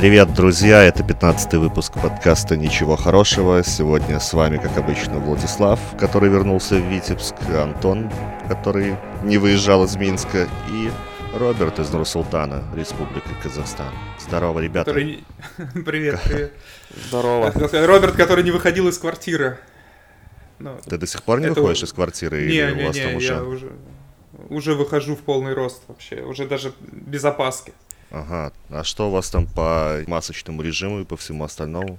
Привет, друзья! Это 15-й выпуск подкаста «Ничего хорошего». Сегодня с вами, как обычно, Владислав, который вернулся в Витебск, Антон, который не выезжал из Минска, и Роберт из Нур-Султана, Республика Казахстан. Здорово, ребята! Привет. Здорово. Роберт, который не выходил из квартиры. Ты до сих пор не выходишь из квартиры? Или у вас там я уже выхожу в полный рост вообще, уже даже без опаски. Ага, а что у вас там по масочному режиму и по всему остальному?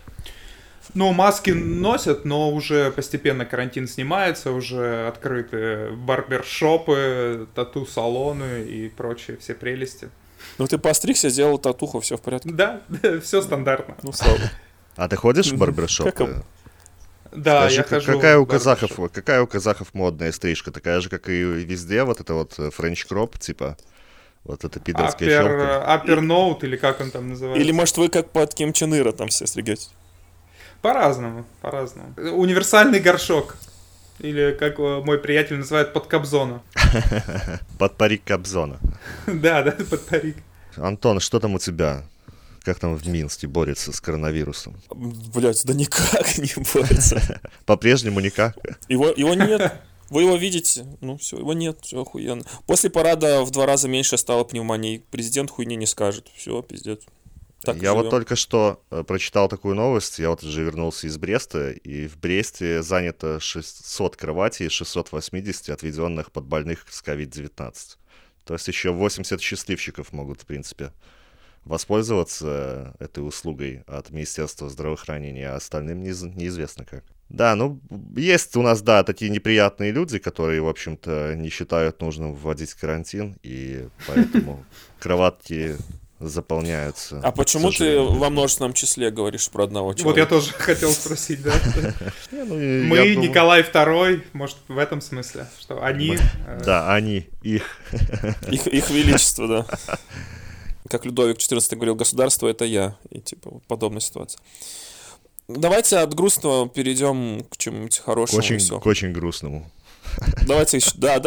Маски носят, но уже постепенно карантин снимается, уже открыты барбершопы, тату-салоны и прочие все прелести. Ты постригся, сделал татуху, все в порядке? Да, все стандартно. Слава. А ты ходишь в барбершопы? Да, скажи, я хожу. Какая у казахов модная стрижка? Такая же, как и везде, вот это вот френч-кроп, типа? Вот это пидорская щелка. Апперноут, или как он там называется? Или, может, вы как под Ким Чен Ира там все стригете? По-разному. Универсальный горшок. Или, как мой приятель называет, под Кобзона. Под парик Кобзона. Да, под парик. Антон, что там у тебя? Как там в Минске борется с коронавирусом? Блять, да никак не борется. По-прежнему никак? Его нет. Вы его видите? Все, его нет, все охуенно. После парада в 2 раза меньше стало пневмоний. Президент хуйни не скажет. Все, пиздец. Я вот только что прочитал такую новость. Я вот уже вернулся из Бреста, и в Бресте занято 600 кроватей, 680 отведенных под больных с COVID-19. То есть еще 80 счастливчиков могут, в принципе, воспользоваться этой услугой от Министерства здравоохранения, а остальным неизвестно как. Да, есть у нас, такие неприятные люди, которые, в общем-то, не считают нужным вводить карантин, и поэтому кроватки заполняются. А почему ты во множественном числе говоришь про одного человека? Вот я тоже хотел спросить, да. Мы, Николай II, может, в этом смысле, что они... Да, они, их. Их величество, да. Как Людовик XIV говорил, государство — это я. И типа подобная ситуация. Давайте от грустного перейдем к чему-нибудь хорошему. К очень грустному. Давайте.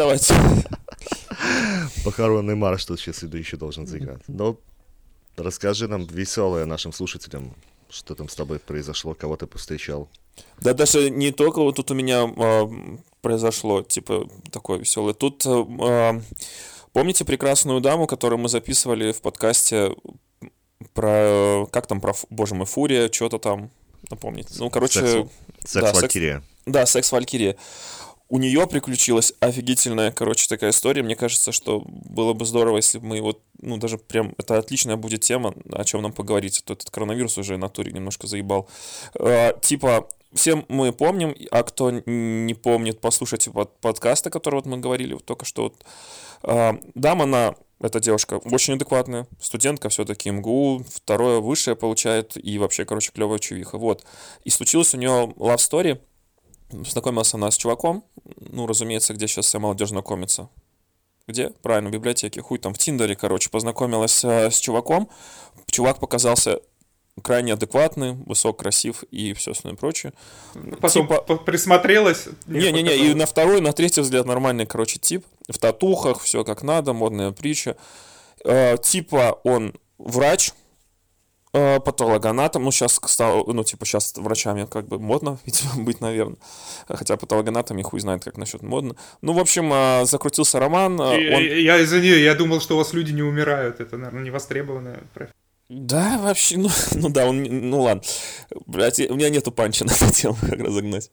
Похоронный марш тут сейчас еще должен заиграть. Расскажи нам веселое нашим слушателям, что там с тобой произошло, кого ты повстречал. Да даже не только вот тут у меня произошло, типа, такое веселое. Тут, помните прекрасную даму, которую мы записывали в подкасте про, боже мой, Фурия, что-то там, напомните. Секс-валькирия. Да, секс-валькирия. У нее приключилась офигительная, такая история. Мне кажется, что было бы здорово, если бы мы даже прям, это отличная будет тема, о чем нам поговорить. А то этот коронавирус уже в натуре немножко заебал. Все мы помним, а кто не помнит, послушайте подкасты, которые мы говорили только что. Дама, эта девушка очень адекватная, студентка все-таки МГУ, 2-е высшее получает, и вообще, клевая чувиха. Вот. И случилось у нее love story. Знакомилась она с чуваком, разумеется, где сейчас вся молодежь знакомится. Где? Правильно, в библиотеке. Хуй там, в Тиндере, познакомилась с чуваком. Чувак показался крайне адекватный, высок, красив и все остальное прочее. Потом присмотрелась? Не-не-не, и на 2-й, на 3-й взгляд нормальный, тип. В татухах, все как надо, модная притча. Он врач, патологоанатом, сейчас стал, сейчас врачами модно, видимо, быть, наверное. Хотя патологоанатом, хуй знает, как насчет модно. В общем, закрутился роман. Я извини, я думал, что у вас люди не умирают, это, наверное, невостребованная профессия. Да, вообще, ладно. Блять, у меня нету панча на это дело, как разогнать.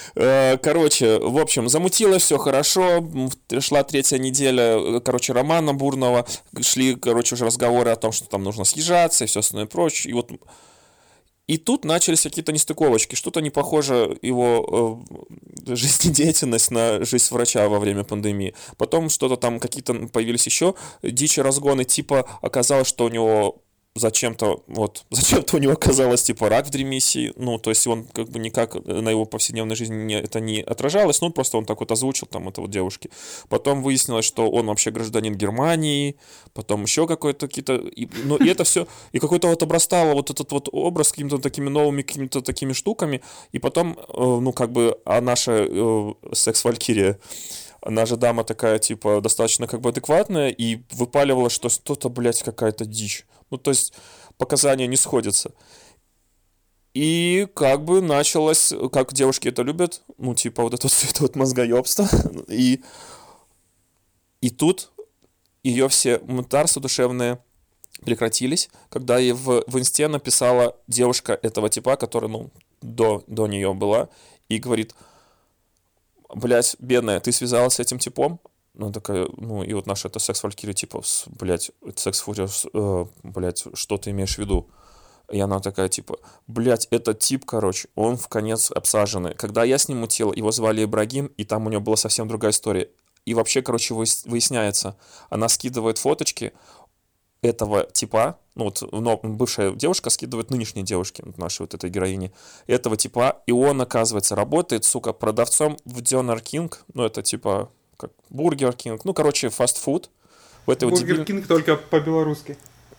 В общем, замутилось все хорошо, шла 3-я неделя, романа бурного, шли, уже разговоры о том, что там нужно съезжаться и все остальное прочее, и тут начались какие-то нестыковочки, что-то не похоже его жизнедеятельность на жизнь врача во время пандемии. Потом что-то там, какие-то появились еще дичи разгоны, оказалось, что у него... Зачем-то у него оказалось, рак в ремиссии, то есть он никак на его повседневной жизни это не отражалось, просто он так озвучил это девушке. Потом выяснилось, что он вообще гражданин Германии, потом еще какой-то и это все, и какой-то обрастало этот образ какими-то такими новыми, какими-то такими штуками, и потом, а наша секс-валькирия, она же дама такая, достаточно адекватная, и выпаливала, что что-то, блядь, какая-то дичь. То есть, показания не сходятся. И как бы началось, как девушки это любят, ну, типа вот это вот мозгоебство. И тут ее все мытарства душевные прекратились, когда ей в инсте написала девушка этого типа, которая, ну, до нее была, и говорит: блядь, бедная, ты связалась с этим типом? Ну, такая, ну, и вот наша это секс-валькирия, типа, блядь, секс-фурия, блядь, что ты имеешь в виду? И она такая, типа, блядь, этот тип, короче, он в конец обсаженный. Когда я с ним мутил, его звали Ибрагим, и там у него была совсем другая история. И вообще, короче, выясняется, она скидывает фоточки этого типа, ну вот, но бывшая девушка скидывает нынешней девушке, нашей вот этой героине, этого типа, и он, оказывается, работает, сука, продавцом в Döner King, ну это типа, как Бургер Кинг, ну, короче, фастфуд. Бургер Кинг только по-белорусски.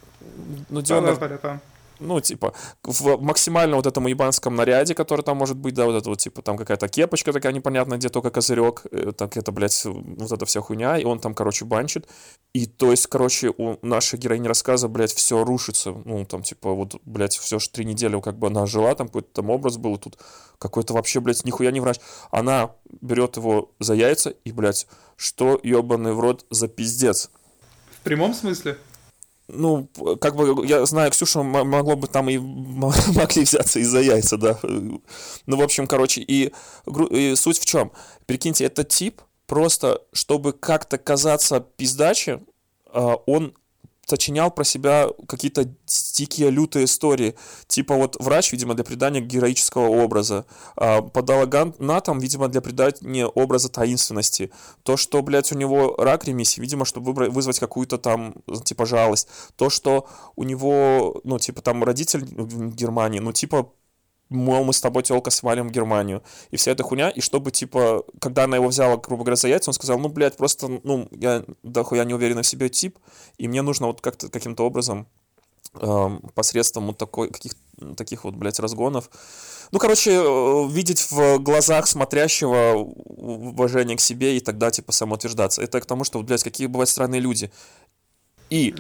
Ну, Döner... Ну, типа, в максимально вот этом ебанском наряде, который там может быть, да, вот это вот, типа, там какая-то кепочка такая непонятная, где только козырек, так это, блядь, вот эта вся хуйня, и он там, короче, банчит. И, то есть, короче, у нашей героини рассказа, блядь, все рушится. Ну, там, типа, вот, блядь, все же 3 недели, как бы она жила, там какой-то там образ был, и тут какой-то вообще, блядь, нихуя не врач. Она берет его за яйца, и, блядь, что ебаный в рот за пиздец? В прямом смысле? Ну, как бы, я знаю, Ксюша могло бы там и могли взяться из-за яйца, да. Ну, в общем, короче, и суть в чем? Прикиньте, этот тип просто, чтобы как-то казаться пиздаче, он сочинял про себя какие-то дикие, лютые истории. Типа вот врач, видимо, для придания героического образа. Патологоанатом, видимо, для придания образа таинственности. То, что, блядь, у него рак ремиссии, видимо, чтобы вызвать какую-то там, типа, жалость. То, что у него, ну, типа, там родитель в Германии, ну, типа, мол, мы с тобой, тёлка, свалим в Германию. И вся эта хуйня. И чтобы, типа, когда она его взяла, грубо говоря, за яйца, он сказал, ну, блядь, просто, ну, я дохуя не уверенный в себе тип, и мне нужно вот как-то каким-то образом посредством вот таких вот, блядь, разгонов. Ну, короче, видеть в глазах смотрящего уважение к себе и тогда, типа, самоутверждаться. Это к тому, что, блядь, какие бывают странные люди. И...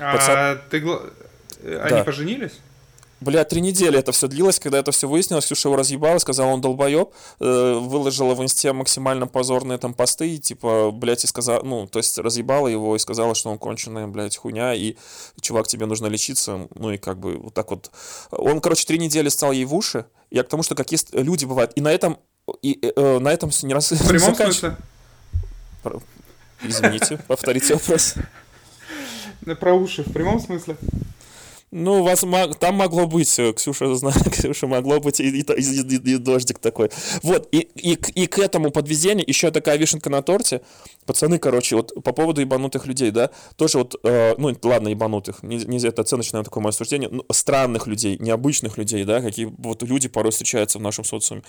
Они поженились? Бля, 3 недели это все длилось, когда это все выяснилось, Ксюша его разъебала, сказала, он долбоеб, выложила в инсте максимально позорные там посты, и, типа, блядь, и сказала, ну, то есть разъебала его и сказала, что он конченая, блядь, хуйня, и, чувак, тебе нужно лечиться, ну, и как бы вот так вот. Он, короче, 3 недели стал ей в уши, я к тому, что какие люди бывают, и на этом не раз... В прямом смысле? Извините, повторите вопрос. Про уши, в прямом смысле? Ну, там могло быть, Ксюша знает, Ксюша могло быть и дождик такой. Вот, и к этому подведению еще такая вишенка на торте. Пацаны, короче, вот по поводу ебанутых людей, да, тоже вот, ну, ладно, ебанутых, нельзя, это оценочное такое мое суждение, ну, странных людей, необычных людей, да, какие вот люди порой встречаются в нашем социуме.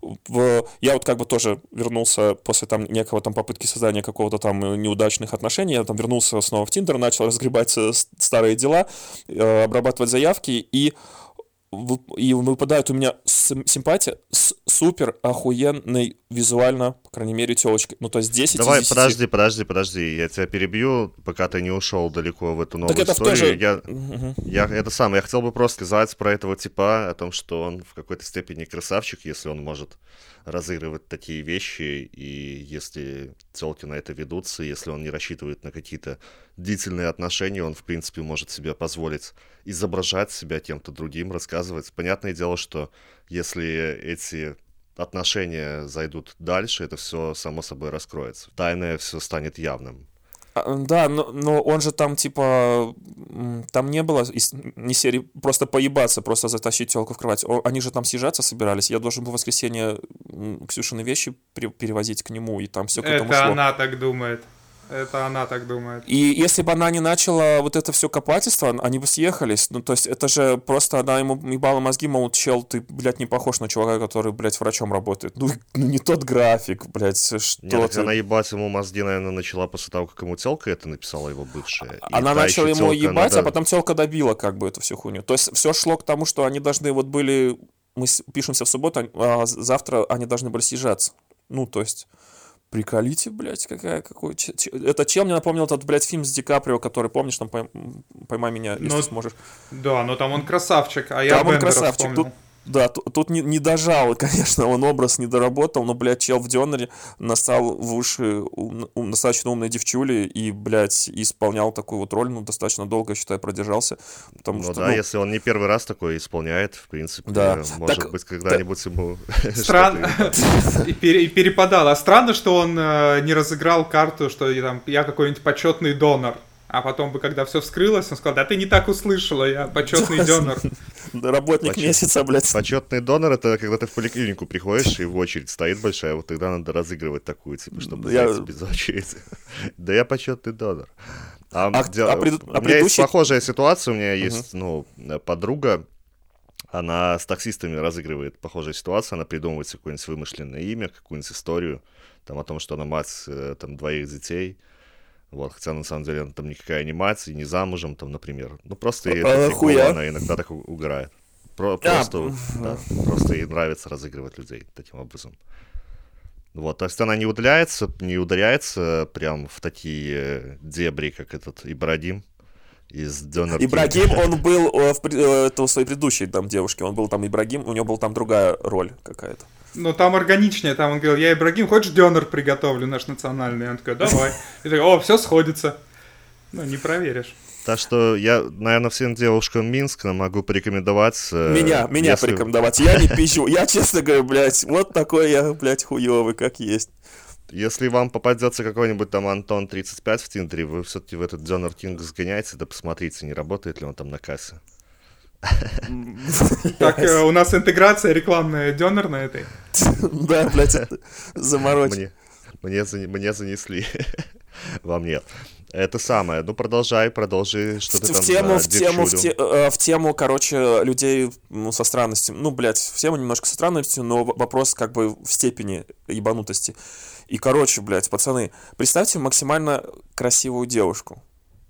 Я вот как бы тоже вернулся после там некого там попытки создания какого-то там неудачных отношений, я там вернулся снова в Тиндер, начал разгребать старые дела, обрабатывать заявки, и выпадает у меня симпатия с супер охуенной визуально, по крайней мере, телочкой. Ну, то есть 10 Давай, из 10. подожди, я тебя перебью, пока ты не ушел далеко в эту новую так это историю. Тоже... Я хотел бы просто сказать про этого типа, о том, что он в какой-то степени красавчик, если он может разыгрывать такие вещи, и если телки на это ведутся, если он не рассчитывает на какие-то длительные отношения, он, в принципе, может себе позволить изображать себя кем-то другим, рассказывать. Понятное дело, что если эти отношения зайдут дальше, это все само собой раскроется. Тайное все станет явным. Да, но он же там, типа, там не было ни серии просто поебаться, просто затащить телку в кровать. Они же там съезжаться собирались. Я должен был в воскресенье Ксюшины вещи перевозить к нему, и там все к этому шло. Это она так думает. Это она так думает. И если бы она не начала вот это все копательство, они бы съехались. Ну, то есть, это же просто она ему ебала мозги, мол, чел, ты, блядь, не похож на чувака, который, блядь, врачом работает. Ну не тот график, блядь, что нет, она ебать ему мозги, наверное, начала после того, как ему телка это написала его бывшая. Она начала ему ебать, а потом телка добила как бы эту всю хуйню. То есть, все шло к тому, что они должны вот были... Мы пишемся в субботу, а завтра они должны были съезжаться. Ну, то есть... Приколите, блядь, какой... Это чел мне напомнил этот, блядь, фильм с Ди Каприо, который, помнишь, там «Поймай меня, если сможешь». Да, но там он красавчик, а я там Бендера он красавчик. вспомнил. Тут не дожал, конечно, он образ не доработал, но, блядь, чел в Дёнере настал в уши достаточно умной девчули и, блядь, исполнял такую вот роль, ну, достаточно долго, я считаю, продержался. Потому что, да, если он не первый раз такой исполняет, в принципе, да. может быть, когда-нибудь ему... Странно, и перепадало. А странно, что он не разыграл карту, что я какой-нибудь почетный донор. А потом бы, когда все вскрылось, он сказал: да ты не так услышала, я почетный донор. Работник месяца, блядь. Почетный донор — это когда ты в поликлинику приходишь, и в очередь стоит большая, вот тогда надо разыгрывать такую, типа, чтобы зайти без очереди. Да я почетный донор. У меня есть похожая ситуация, у меня есть, подруга, она с таксистами разыгрывает похожую ситуацию, она придумывает какое-нибудь вымышленное имя, какую-нибудь историю, там, о том, что она мать, там, 2 детей. Вот, хотя на самом деле она там никакая не мать и не замужем, там, например. Ну, просто ей это прикольно, она иногда так угорает. Просто ей нравится разыгрывать людей таким образом. Вот, то есть она не ударяется прям в такие дебри, как этот Ибрагим из Дёнер Кинг. Ибрагим, он был в своей предыдущей там девушке, он был там Ибрагим, у него была там другая роль какая-то. Ну, там органичнее, там он говорил: я Ибрагим, хочешь дёнер приготовлю наш национальный? Он такой: давай. И такой: все сходится. Ну, не проверишь. Так что я, наверное, всем девушкам Минска могу порекомендовать... Меня порекомендовать. Я не пищу. Я, честно говоря, блядь, вот такой я, блядь, хуёвый, как есть. Если вам попадется какой-нибудь там Антон 35 в Тиндере, вы все-таки в этот Дёнер Кинг сгоняйте, да посмотрите, не работает ли он там на кассе. Так, у нас интеграция рекламная Дёнер на этой. Да, блядь, заморочь. Мне занесли. Вам нет. Это самое. Ну, продолжи, что ты там в тему, короче, людей со странностями. Ну, блядь, в тему немножко со странностью, но вопрос как бы в степени ебанутости. И, короче, блядь, пацаны, представьте максимально красивую девушку.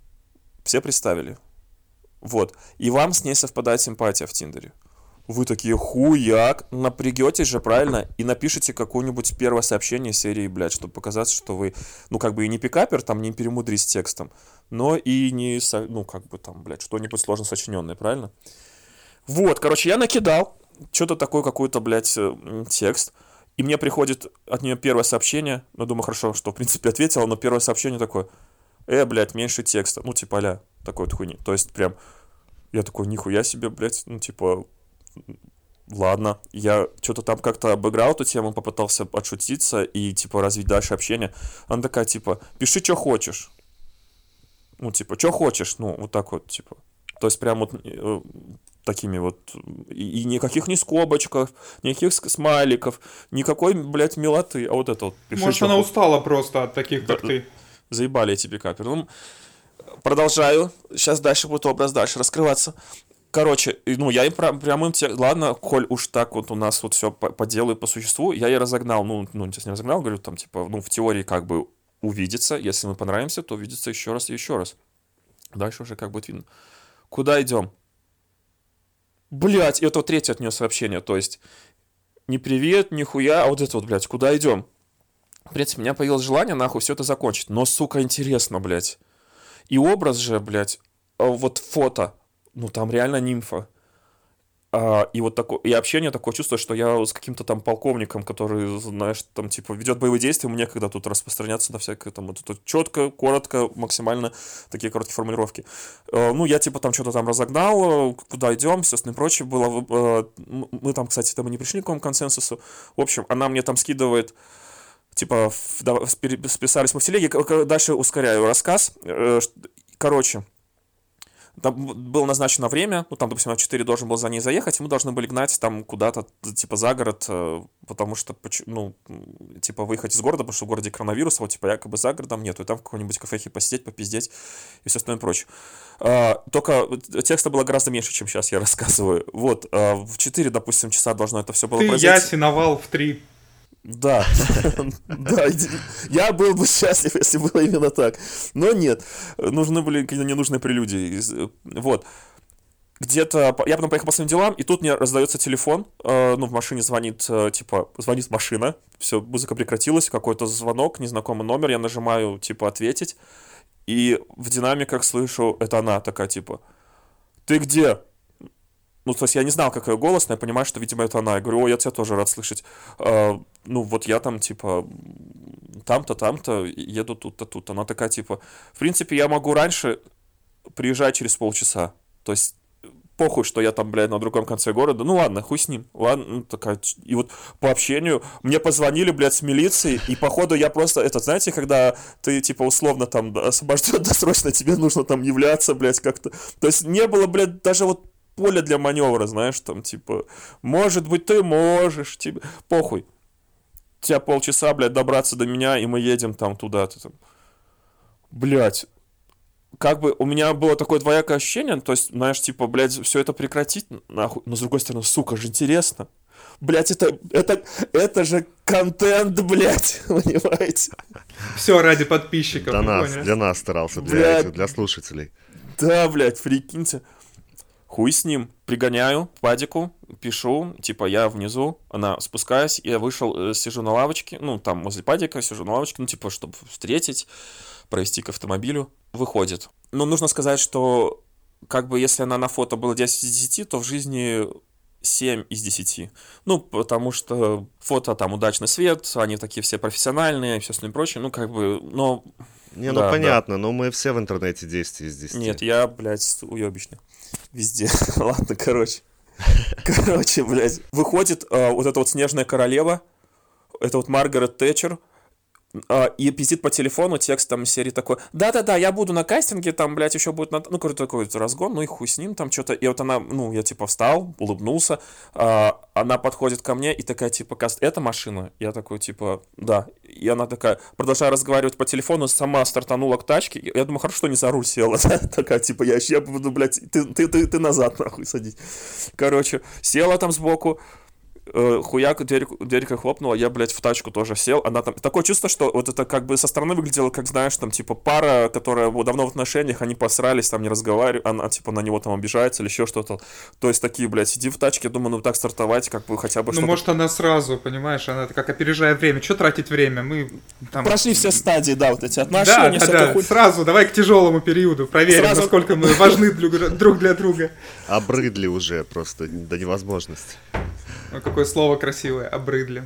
Все представили? Вот. И вам с ней совпадает симпатия в Тиндере. Вы такие: хуяк, напрягетесь же, правильно, и напишите какое-нибудь первое сообщение серии, блядь, чтобы показаться, что вы, ну, как бы и не пикапер, там, не перемудрить с текстом, но и не, ну, как бы там, блядь, что-нибудь сложно сочиненное, правильно? Вот, короче, я накидал что-то такое, какой-то, блядь, текст, и мне приходит от нее первое сообщение, ну, думаю, хорошо, что, в принципе, ответила, но первое сообщение такое: блядь, меньше текста, ну, типа, а-ля, такой вот хуйни, то есть, прям, я такой: нихуя себе, блядь, ну, типа... Ладно, я что-то там как-то обыграл эту тему, попытался отшутиться и, типа, развить дальше общение. Она такая, типа: пиши, что хочешь. Ну, типа, что хочешь, ну, вот так вот, типа. То есть, прям вот такими вот... И никаких ни скобочков, никаких смайликов, никакой, блядь, милоты, а вот это вот. Пиши, может, она устала просто от таких, как ты. Заебали эти пикаперы. Ну, продолжаю. Сейчас дальше будет образ дальше раскрываться. Короче, ну, я им прямым текстом... Ладно, коль уж так вот у нас вот все по делу и по существу, я ей разогнал, ну, не разогнал, говорю, там, типа, ну, в теории как бы увидеться, если мы понравимся, то увидеться еще раз и еще раз. Дальше уже как будет видно. Куда идем? Блять, это вот третье от нее сообщение, то есть не привет, нихуя, а вот это вот, блядь, куда идем? В принципе, у меня появилось желание, нахуй, все это закончить, но, сука, интересно, блядь. И образ же, блядь, вот фото, ну, там реально нимфа. И вот такое, и общение такое чувство, что я с каким-то там полковником, который, знаешь, там, типа, ведет боевые действия, мне когда тут распространяться на всякое, там, вот тут четко, коротко, максимально такие короткие формулировки. Ну, я, типа, там что-то там разогнал, куда идем, все остальное прочее было. Мы там, кстати, там и не пришли к какому консенсусу. В общем, она мне там скидывает, типа, списались мы в телеге, дальше ускоряю рассказ. Короче, там было назначено время, ну, там, допустим, я в 4 должен был за ней заехать, и мы должны были гнать там куда-то, типа, за город, потому что, ну, типа, выехать из города, потому что в городе коронавирус, а вот, типа, якобы за городом нету, и там в какой-нибудь кафехе посидеть, попиздеть и все остальное прочее. Только текста было гораздо меньше, чем сейчас я рассказываю. Вот, в 4, допустим, часа должно это все было произойти. Я синовал в 3. Да, да, я был бы счастлив, если было именно так, но нет, нужны были какие-то ненужные прелюдии, вот. где-то... Я потом поехал по своим делам, и тут мне раздается телефон, ну, в машине звонит, типа, звонит машина, все, музыка прекратилась, какой-то звонок, незнакомый номер, я нажимаю, типа, ответить, и в динамиках слышу, это она такая, типа, ты где? Ну, то есть я не знал, как ее голос, но я понимаю, что, видимо, это она. Я говорю, я тебя тоже рад слышать. Ну, вот я там, типа, там-то, еду тут-то, тут. Она такая, типа, в принципе, я могу раньше приезжать через полчаса. То есть похуй, что я там, блядь, на другом конце города. Ну, ладно, хуй с ним. Ладно, ну, такая... И вот по общению мне позвонили, блядь, с милиции, и, походу, я просто... Это, знаете, когда ты, типа, условно там освобожден досрочно, тебе нужно там являться, блядь, как-то... То есть не было, блядь, даже вот поле для маневра, знаешь, там, типа, может быть, ты можешь, тебе, похуй. У тебя полчаса, блядь, добраться до меня, и мы едем там туда-то, там. Блядь, как бы у меня было такое двоякое ощущение, то есть, знаешь, типа, блядь, все это прекратить, нахуй, но с другой стороны, сука, же интересно. Блядь, это же контент, блядь, понимаете? Все ради подписчиков, для нас старался, для слушателей. Да, блядь, прикиньте. Хуй с ним, пригоняю падику, пишу, типа, я внизу, она спускаясь, я вышел, сижу на лавочке, ну, там, возле падика, сижу на лавочке, ну, типа, чтобы встретить, провести к автомобилю, выходит. Но нужно сказать, что, как бы, если она на фото была 10 из 10, то в жизни 7 из 10. Ну, потому что фото, там, удачный свет, они такие все профессиональные и все остальное прочее, ну, как бы, но... Не, ну, да, понятно, но мы все в интернете 10 из 10. Нет, я, блядь, уебищный. Везде. Ладно, короче, блядь. Выходит вот эта вот снежная королева, это вот Маргарет Тэтчер, и пиздит по телефону текст там из серии такой: да-да-да, я буду на кастинге, там, блядь, еще будет, ну, какой-то такой разгон, ну и хуй с ним, там, что-то, и вот она, ну, я, типа, встал, улыбнулся, она подходит ко мне и такая, типа, это машина? Я такой, типа, да, и она такая, продолжая разговаривать по телефону, сама стартанула к тачке, я думаю, хорошо, что не за руль села, да? Такая, типа, я буду, блядь, ты назад, нахуй, садись. Короче, села там сбоку, хуяк, дверь хлопнула, я, блядь, в тачку тоже сел, она там, такое чувство, что вот это как бы со стороны выглядело, как, знаешь, там, типа, пара, которая давно в отношениях, они посрались, там, не разговаривают, она, типа, на него там обижается или еще что-то, то есть такие, блядь, сиди в тачке, я думаю, ну, так стартовать, как бы, хотя бы что-то... Ну, может, она сразу, понимаешь, она как опережая время, что тратить время, мы там... Прошли все стадии, да, вот эти отношения, да, сразу, давай к тяжелому периоду, проверим, насколько мы важны друг для друга. Обрыдли уже просто до невозможности. Ну, какое слово красивое, обрыдли.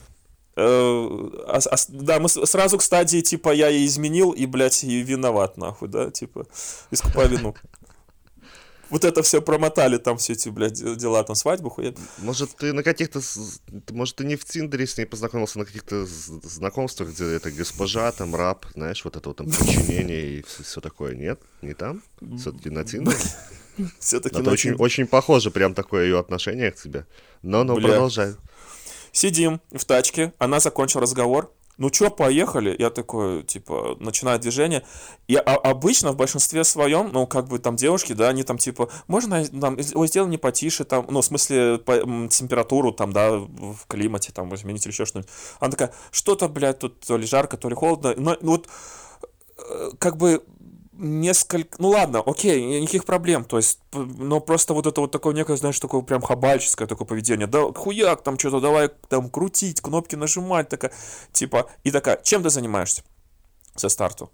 Да, мы сразу к стадии, типа, я ей изменил и, блядь, и виноват, нахуй, да, типа, искупай вину. Вот это все промотали, там все эти, блядь, дела, там, свадьбу, хуя. Может, ты на каких-то... Может, ты не в Тиндере с ней познакомился, на каких-то знакомствах, где это госпожа, там, раб, знаешь, вот это вот там подчинение и все такое, нет? Не там? Все-таки на Тиндере? Все-таки это очень похоже, прям такое ее отношение к тебе. Но продолжай. Сидим в тачке, она закончила разговор. Ну чё, поехали? Я такой, типа, начинаю движение. И обычно в большинстве своем, ну, как бы там девушки, да, они там, типа, можно нам, ой, сделай мне потише, там, ну, в смысле, температуру, там, да, в климате, там, изменить или еще что-нибудь. Она такая, что-то, блядь, тут то ли жарко, то ли холодно. Ну, вот, как бы... несколько... Ну ладно, окей, никаких проблем, то есть, но просто вот это вот такое некое, знаешь, такое прям хабальческое такое поведение, да, хуяк, там что-то давай там крутить, кнопки нажимать, такая, типа, и такая, чем ты занимаешься со старту?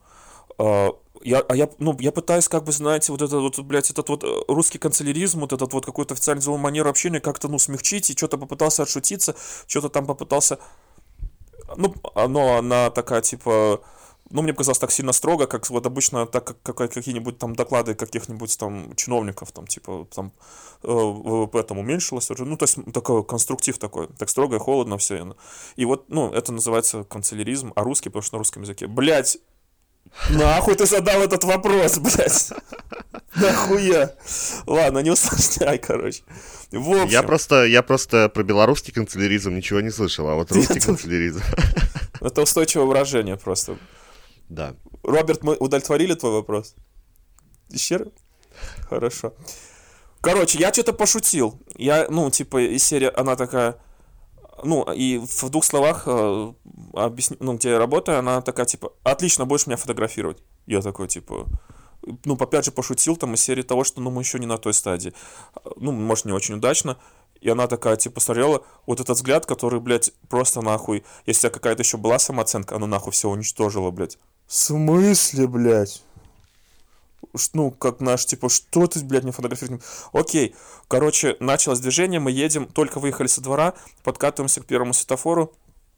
Я пытаюсь, как бы, знаете, вот этот вот, блядь, этот вот русский канцеляризм, вот этот вот какой-то официальный деловой манеру общения как-то, ну, смягчить, и что-то попытался отшутиться, что-то там попытался, ну, но она такая, типа... Ну, мне показалось так сильно строго, как вот обычно, так как какие-нибудь там доклады каких-нибудь там чиновников, там, типа, там, ВВП там уменьшилось уже, ну, то есть, такой конструктив такой, так строго и холодно все. И вот, ну, это называется канцеляризм, а русский, потому что на русском языке, блядь, нахуй ты задал этот вопрос, блядь, нахуя? Ладно, не усложняй, короче. В общем. Я просто про белорусский канцеляризм ничего не слышал, а вот русский канцеляризм... Это устойчивое выражение просто. Да. Роберт, мы удовлетворили твой вопрос? Еще раз? Хорошо. Короче, я что-то пошутил. Я, ну, типа, из серии, она такая... Ну, и в двух словах, ну, где я работаю, она такая, типа, отлично, будешь меня фотографировать. Я такой, типа... ну, опять же, пошутил там из серии того, что, ну, мы еще не на той стадии. Ну, может, не очень удачно. И она такая, типа, смотрела, вот этот взгляд, который, блядь, просто нахуй, если у тебя какая-то еще была самооценка, она нахуй все уничтожила, блядь. В смысле, блядь? Ну, как наш, типа, что ты, блядь, не фотографируешь? Окей, короче, началось движение, мы едем, только выехали со двора, подкатываемся к первому светофору.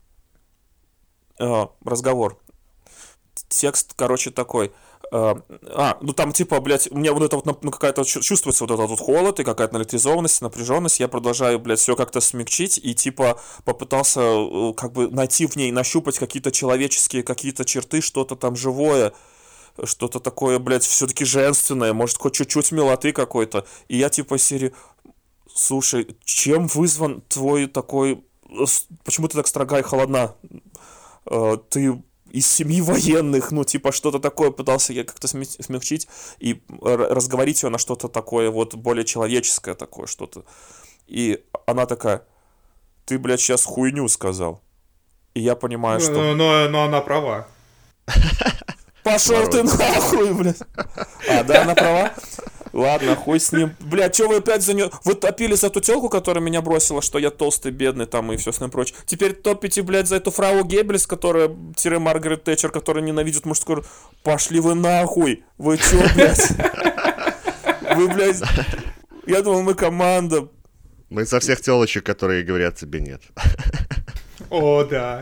Разговор. Текст, короче, такой. Ну там, типа, блядь, у меня вот это вот, ну, какая-то чувствуется вот этот вот холод и какая-то наэлектризованность, напряженность. Я продолжаю, блядь, все как-то смягчить и, типа, попытался, как бы, найти в ней, нащупать какие-то человеческие, какие-то черты, что-то там живое, что-то такое, блядь, все-таки женственное, может, хоть чуть-чуть милоты какой-то. И я, типа, из серии, слушай, чем вызван твой такой... Почему ты так строга и холодна? Ты из семьи военных, ну, типа, что-то такое пытался я как-то смягчить и разговорить ее на что-то такое вот более человеческое такое что-то. И она такая, ты, блядь, сейчас хуйню сказал. И я понимаю, что... Но она права. Пошел ты нахуй, блядь. Да, она права? Ладно, хуй с ним. Блядь, что вы опять за нее... Вы топили за ту телку, которая меня бросила, что я толстый, бедный там и все с ним прочее. Теперь топите, блядь, за эту фрау Геббельс, которая... Маргарет Тэтчер, которая ненавидит мужскую... Пошли вы нахуй. Вы чё, блядь? Вы, блядь... Я думал, мы команда. Мы со всех телочек, которые говорят тебе нет. О, да.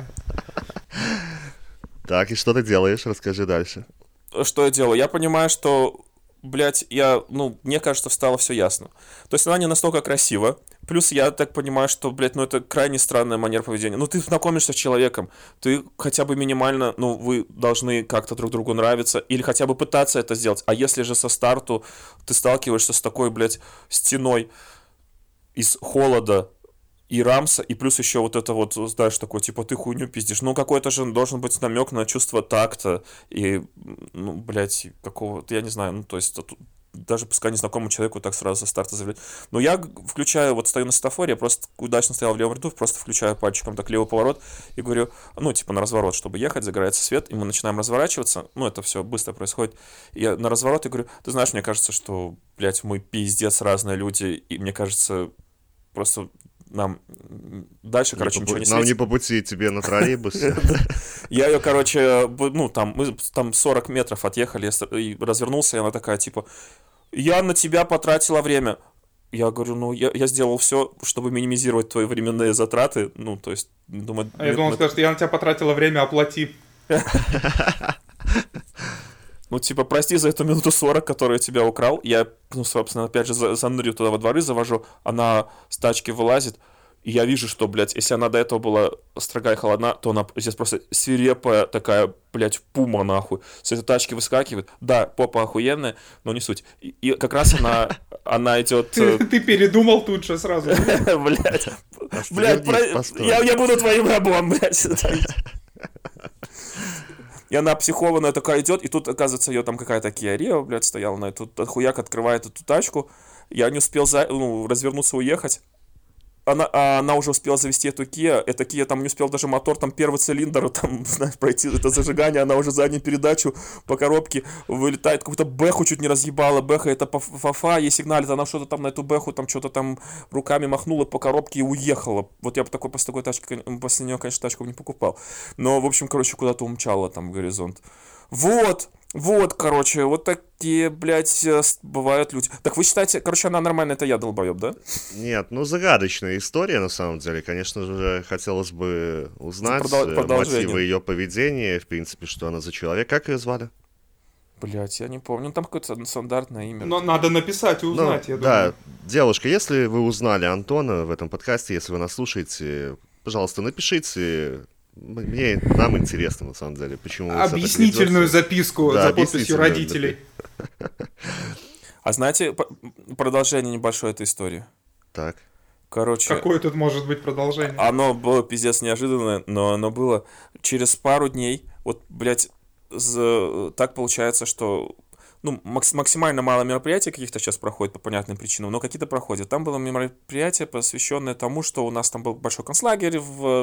Так, и что ты делаешь? Расскажи дальше. Что я делаю? Я понимаю, что... Блять, мне кажется, стало все ясно. То есть она не настолько красива. Плюс я так понимаю, что, блядь, это крайне странная манера поведения. Ну, ты знакомишься с человеком, ты хотя бы минимально, вы должны как-то друг другу нравиться, или хотя бы пытаться это сделать. А если же со старту ты сталкиваешься с такой, блядь, стеной из холода и рамса, и плюс еще вот это вот, знаешь, такой, типа, ты хуйню пиздишь. Ну, какой-то же должен быть намек на чувство такта и, блядь, какого-то, я не знаю, то есть, даже пускай незнакомому человеку так сразу со старта заявлять. Но я включаю, вот стою на светофоре, я просто удачно стоял в левом ряду, просто включаю пальчиком так левый поворот и говорю, типа, на разворот, чтобы ехать, загорается свет, и мы начинаем разворачиваться, это все быстро происходит. Я на разворот и говорю, ты знаешь, мне кажется, что, блядь, мы пиздец разные люди, и мне кажется, просто... Нам дальше, короче, ничего не светит. Нам не по пути тебе на троллейбусе. Я ее, короче, мы там 40 метров отъехали, и развернулся, и она такая, типа, я на тебя потратила время. Я говорю, я сделал все, чтобы минимизировать твои временные затраты. То есть, думаю... Я думал, он скажет, я на тебя потратила время, оплати. Типа, прости за эту минуту 40, которую я тебя украл. Я, собственно, опять же, занырю туда во дворы, завожу. Она с тачки вылазит. И я вижу, что, блядь, если она до этого была строга и холодна, то она здесь просто свирепая такая, блядь, пума, нахуй. С этой тачки выскакивает. Да, попа охуенная, но не суть. И как раз она идет... Ты передумал тут же сразу. Блядь, я буду твоим рабом, блядь. И она психованная такая идет, и тут, оказывается, ее там какая-то Kia Rio, блядь, стояла на эту, хуяк открывает эту тачку. Я не успел развернуться, уехать. Она уже успела завести эту Kia. Эта Kia там не успел даже мотор, там первый цилиндр, там, знаешь, пройти это зажигание. Она уже заднюю передачу по коробке вылетает. Какую-то бэху чуть не разъебала. Бэха это фафа, ей сигналит. Она что-то там на эту бэху, там что-то там руками махнула по коробке и уехала. Вот я бы после такой тачки, после нее, конечно, тачку не покупал. Но, в общем, короче, куда-то умчала там в горизонт. Вот, короче, вот такие, блядь, бывают люди. Так вы считаете, короче, она нормальная, это я долбоеб, да? Нет, загадочная история, на самом деле. Конечно же, хотелось бы узнать мотивы ее поведения, в принципе, что она за человек. Как ее звали? Блядь, я не помню, там какое-то стандартное имя. Но надо написать и узнать, я думаю. Да, девушка, если вы узнали Антона в этом подкасте, если вы нас слушаете, пожалуйста, напишите... Нам интересно, на самом деле, почему... Объяснительную записку за подписью родителей. А знаете, продолжение небольшое этой истории? Так. Короче... Какое тут может быть продолжение? Оно было пиздец неожиданное, но оно было через пару дней. Вот, блядь, так получается, что... ну, максимально мало мероприятий каких-то сейчас проходит по понятным причинам, но какие-то проходят. Там было мероприятие, посвященное тому, что у нас там был большой концлагерь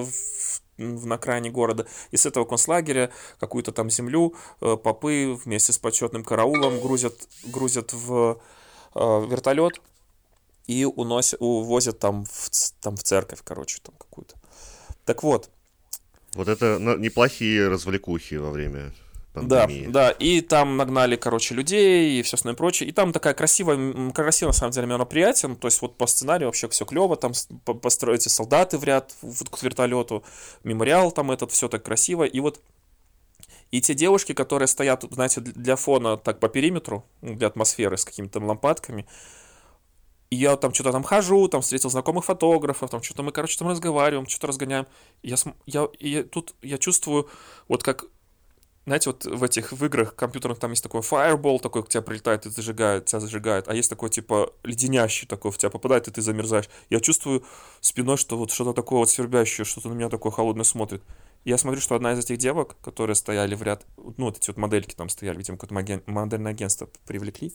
на окраине города, и с этого концлагеря какую-то там землю попы вместе с почетным караулом грузят в вертолет и увозят там в церковь, короче, там какую-то. Так вот. Вот это неплохие развлекухи во время пандемии. Да, и там нагнали, короче, людей и все остальное прочее. И там такая красивое на самом деле, мероприятие. Ну, то есть вот по сценарию вообще все клево. Там построите солдаты в ряд к вертолету, мемориал там этот, все так красиво. И вот и те девушки, которые стоят, знаете, для фона так по периметру, для атмосферы с какими-то лампадками. И я там что-то там хожу, там встретил знакомых фотографов, там что-то мы, короче, там разговариваем, что-то разгоняем. И тут я чувствую, вот как, знаете, вот в играх компьютерных там есть такой фаербол, такой к тебе прилетает и тебя зажигает, а есть такой, типа, леденящий такой, в тебя попадает, и ты замерзаешь. Я чувствую спиной, что вот что-то такое вот свербящее, что-то на меня такое холодное смотрит. И я смотрю, что одна из этих девок, которые стояли в ряд, ну, вот эти вот модельки там стояли, видимо, какое-то модельное агентство привлекли.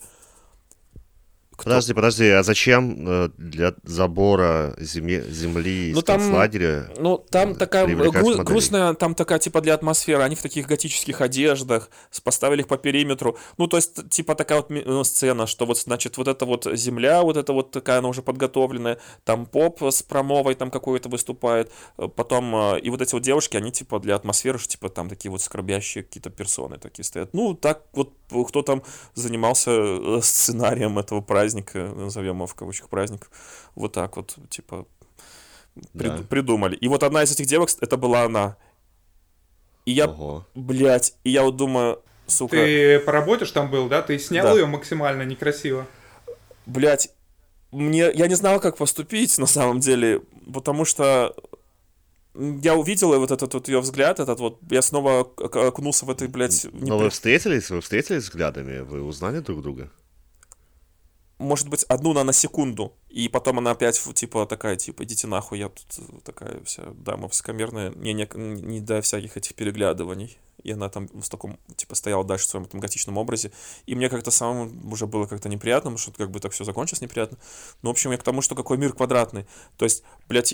Подожди, а зачем для забора земли из концлагеря? Ну, там такая грустная, там такая, типа, для атмосферы. Они в таких готических одеждах, поставили их по периметру. Ну, то есть, типа, такая вот сцена, что вот, значит, вот эта вот земля, вот эта вот такая, она уже подготовленная, там поп с промовой там какой-то выступает, потом, и вот эти вот девушки, они, типа, для атмосферы, что, типа, там такие вот скорбящие какие-то персоны такие стоят. Ну, так вот, кто там занимался сценарием этого праздника, назовем его в кавычках праздник, вот так вот, типа, придумали. И вот одна из этих девок, это была она. И я, блядь, и я вот думаю, сука... Ты поработаешь там был, да? Ты снял ее максимально некрасиво? Блядь, я не знал, как поступить, на самом деле, потому что я увидел вот этот вот ее взгляд, я снова окунулся в этой, блядь... Но вы встретились взглядами? Вы узнали друг друга? Может быть, одну на секунду, и потом она опять, типа, такая, типа, идите нахуй, я тут такая вся дама высокомерная, мне не до всяких этих переглядываний. И она там в таком, типа, стояла дальше в своем этом готичном образе. И мне как-то самому уже было как-то неприятно, потому что как бы так все закончилось неприятно. Ну, в общем, я к тому, что какой мир квадратный. То есть, блядь,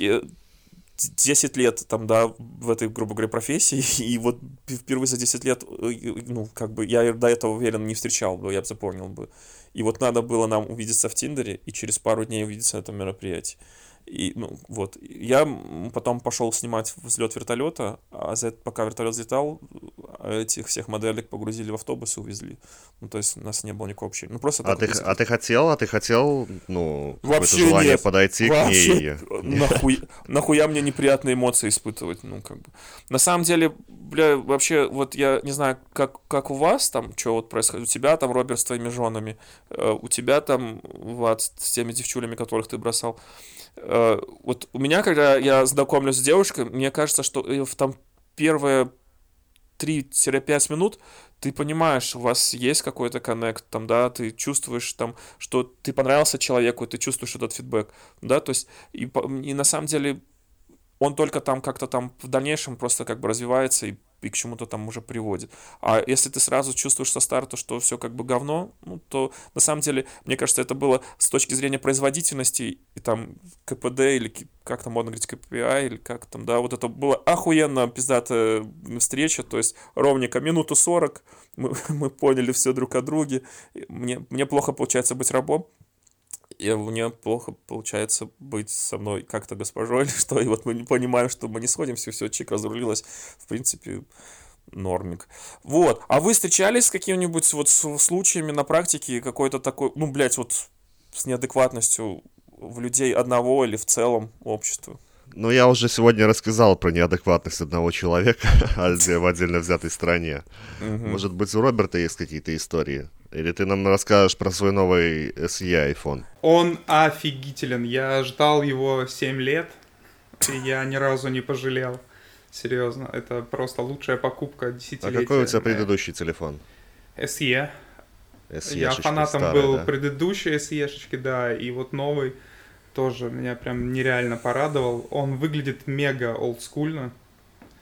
10 лет там, да, в этой, грубо говоря, профессии, и вот впервые за 10 лет, ну, как бы, я до этого, уверен, не встречал бы, я бы запомнил бы. И вот надо было нам увидеться в Тиндере и через пару дней увидеться на этом мероприятии. И, ну, вот, я потом пошел снимать взлет вертолета, а пока вертолет взлетал, этих всех моделек погрузили в автобус и увезли. Ну, то есть у нас не было никакого общения. Ну, просто ты хотел, ну, вообще какое-то желание нет. подойти вообще к ней? Нахуя мне неприятные эмоции испытывать, ну, как бы. На самом деле, бля, вообще, вот я не знаю, как у вас там, что вот происходит, у тебя там, Роберт, с твоими женами, у тебя там, Влад, с теми девчулями, которых ты бросал. Вот у меня, когда я знакомлюсь с девушкой, мне кажется, что в там первые 3-5 минут ты понимаешь, у вас есть какой-то коннект, там, да, ты чувствуешь там, что ты понравился человеку, ты чувствуешь этот фидбэк, да, то есть, и на самом деле он только там как-то там в дальнейшем просто как бы развивается и к чему-то там уже приводит. А если ты сразу чувствуешь со старта, что все как бы говно, ну, то на самом деле, мне кажется, это было с точки зрения производительности и там КПД или как там модно говорить, KPI или как там, да, вот это была охуенно пиздатая встреча, то есть ровненько минуту 40 мы поняли все друг о друге, мне плохо получается быть рабом, и мне плохо получается быть со мной как-то госпожой или что, и вот мы понимаем, что мы не сходимся, все, чик разрулилось, в принципе, нормик. Вот, а вы встречались с какими-нибудь вот случаями на практике какой-то такой, ну, блядь, вот с неадекватностью в людей одного или в целом общества? Ну, я уже сегодня рассказал про неадекватность одного человека в отдельно взятой стране. Может быть, у Роберта есть какие-то истории? Или ты нам расскажешь про свой новый SE iPhone? Он офигителен. Я ждал его 7 лет, и я ни разу не пожалел. Серьезно, это просто лучшая покупка десятилетия. А какой у тебя предыдущий телефон? SE. Я SE-шечка фанатом старая, был да? предыдущей SE-шечки, да, и вот новый тоже меня прям нереально порадовал. Он выглядит мега олдскульно.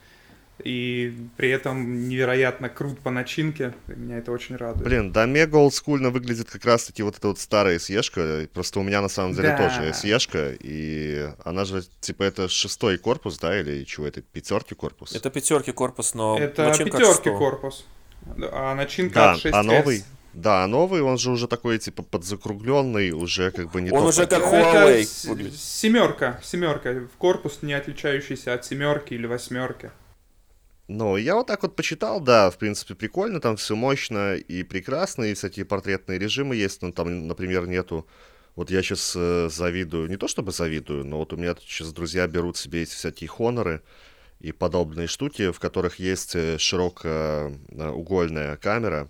и при этом невероятно крут по начинке. И меня это очень радует. Блин, да мега олдскульно выглядит как раз-таки вот эта вот старая SE-шка. Просто у меня на самом деле тоже SE-шка, и она же, типа, это 6-й корпус, да, или чего это, 5-й корпус? Это 5-й корпус, но это начинка 5-й корпус, а начинка от 6S. А новый? Да, новый, он же уже такой, типа, подзакругленный, уже как бы не он тот. уже как Huawei выглядит. Семерка, в корпус, не отличающийся от 7-ки или 8-ки. Ну, я вот так вот почитал, да, в принципе, прикольно, там все мощно и прекрасно, и всякие портретные режимы есть, но там, например, нету... Вот я сейчас завидую, не то чтобы завидую, но вот у меня сейчас друзья берут себе эти всякие Хоноры и подобные штуки, в которых есть широкоугольная камера.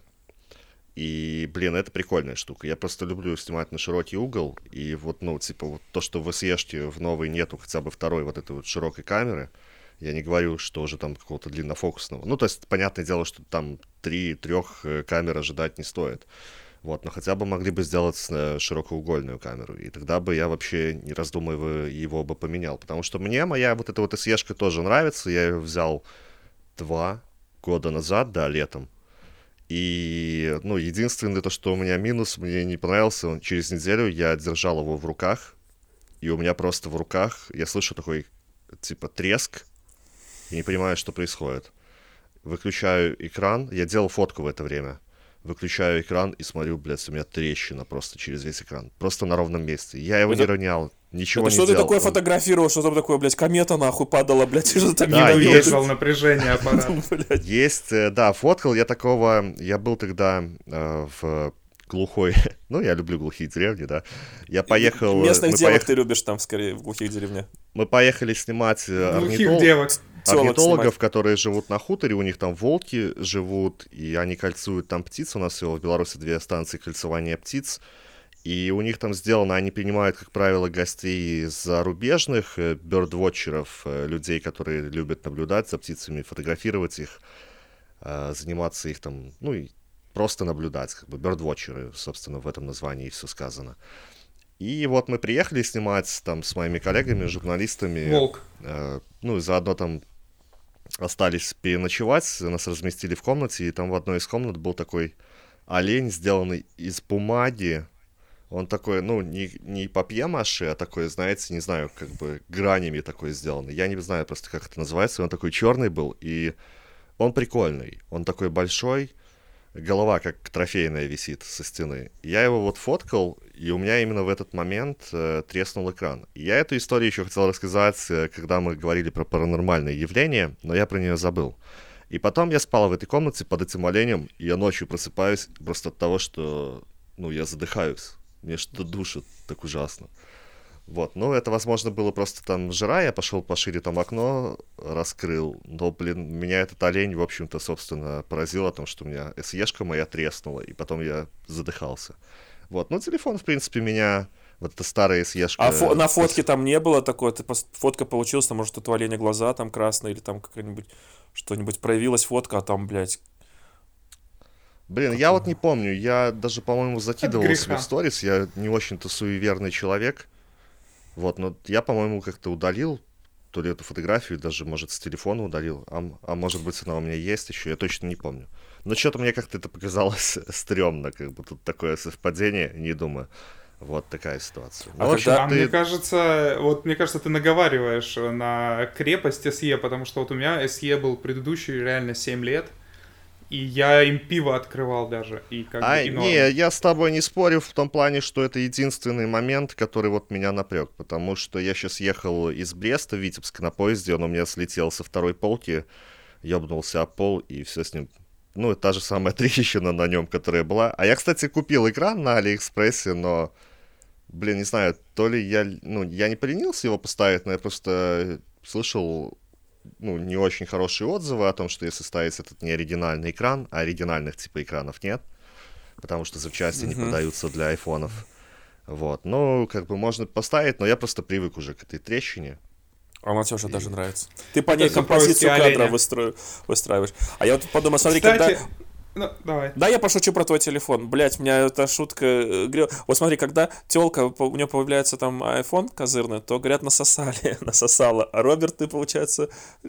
И, блин, это прикольная штука. Я просто люблю снимать на широкий угол. И вот, ну, типа, вот то, что в SE-шке в новой нету хотя бы второй вот этой вот широкой камеры. Я не говорю, что уже там какого-то длиннофокусного. Ну, то есть, понятное дело, что там 3 камер ожидать не стоит. Вот, но хотя бы могли бы сделать широкоугольную камеру. И тогда бы я вообще, не раздумывая, его бы поменял. Потому что мне моя вот эта вот SE-шка тоже нравится. Я ее взял 2 года назад, да, летом. И, ну, единственное, то, что у меня минус, мне не понравился, через неделю я держал его в руках, и у меня просто в руках, я слышу такой, типа, треск, и не понимаю, что происходит. Выключаю экран, я делал фотку в это время, выключаю экран и смотрю, блядь, у меня трещина просто через весь экран, просто на ровном месте. Я его не ронял, ничего не делал. Что ты такое он... фотографировал, что там такое, блядь, комета нахуй падала, блядь, и что так да, не вызвал напряжение аппарата. Есть, да, фоткал я такого, я был тогда в глухой, ну, я люблю глухие деревни, да, я поехал... Местных девок ты любишь там, скорее, в глухих деревнях. Мы поехали снимать орнитологов, которые живут на хуторе, у них там волки живут, и они кольцуют там птиц, у нас всего в Беларуси 2 станции кольцевания птиц, и у них там сделано, они принимают, как правило, гостей зарубежных, бёрдвотчеров, людей, которые любят наблюдать за птицами, фотографировать их, заниматься их там, ну и просто наблюдать, как бы бёрдвотчеры, собственно, в этом названии все сказано. И вот мы приехали снимать там с моими коллегами, журналистами. Волк. Ну и заодно там остались переночевать, нас разместили в комнате, и там в одной из комнат был такой олень, сделанный из бумаги. Он такой, ну, не папье-маше, а такой, знаете, не знаю, как бы гранями такой сделанный. Я не знаю просто, как это называется. Он такой черный был, и он прикольный. Он такой большой, голова как трофейная висит со стены. Я его вот фоткал, и у меня именно в этот момент треснул экран. И я эту историю еще хотел рассказать, когда мы говорили про паранормальные явления, но я про нее забыл. И потом я спал в этой комнате под этим оленем, и я ночью просыпаюсь просто от того, что, ну, я задыхаюсь. Мне что-то душит так ужасно. Вот, ну, это, возможно, было просто там жара, я пошел пошире там окно, раскрыл, но, блин, меня этот олень, в общем-то, собственно, поразил о том, что у меня SE-шка моя треснула, и потом я задыхался. Вот, ну, телефон, в принципе, меня, вот эта старая SE-шка... А на фотке там не было такое, фотка получилась, там, может, у оленя глаза там красные, или там какая-нибудь, что-нибудь проявилась фотка, а там, блядь... Блин, я вот не помню, я даже, по-моему, закидывал себе в сторис, я не очень-то суеверный человек. Вот, но я, по-моему, как-то удалил то ли эту фотографию, даже, может, с телефона удалил, а может быть, она у меня есть еще, я точно не помню. Но что-то мне как-то это показалось стрёмно, как бы тут такое совпадение, не думаю. Вот такая ситуация. Ну, мне кажется, ты наговариваешь на крепость SE, потому что вот у меня SE был предыдущий реально 7 лет, и я им пиво открывал даже. И как бы, не, я с тобой не спорю в том плане, что это единственный момент, который вот меня напрёг. Потому что я сейчас ехал из Бреста в Витебск на поезде, он у меня слетел со 2-й полки, ёбнулся об пол, и все с ним... Ну, та же самая трещина на нем, которая была. А я, кстати, купил экран на Алиэкспрессе, но... Блин, не знаю, то ли я... Ну, я не поленился его поставить, но я просто слышал... Ну, не очень хорошие отзывы о том, что если ставить этот неоригинальный экран, а оригинальных типа экранов нет, потому что запчасти не продаются для айфонов. Вот, ну, как бы можно поставить, но я просто привык уже к этой трещине. А она тебе уже даже нравится. Ты по ней композицию кадра выстраиваешь. А я вот подумал, смотри, кстати, когда... Ну, давай. Да, я пошучу про твой телефон. Блять, меня эта шутка... Вот смотри, когда тёлка, у нее появляется там iPhone козырный, то, говорят, насосала. А Роберт, ты, получается,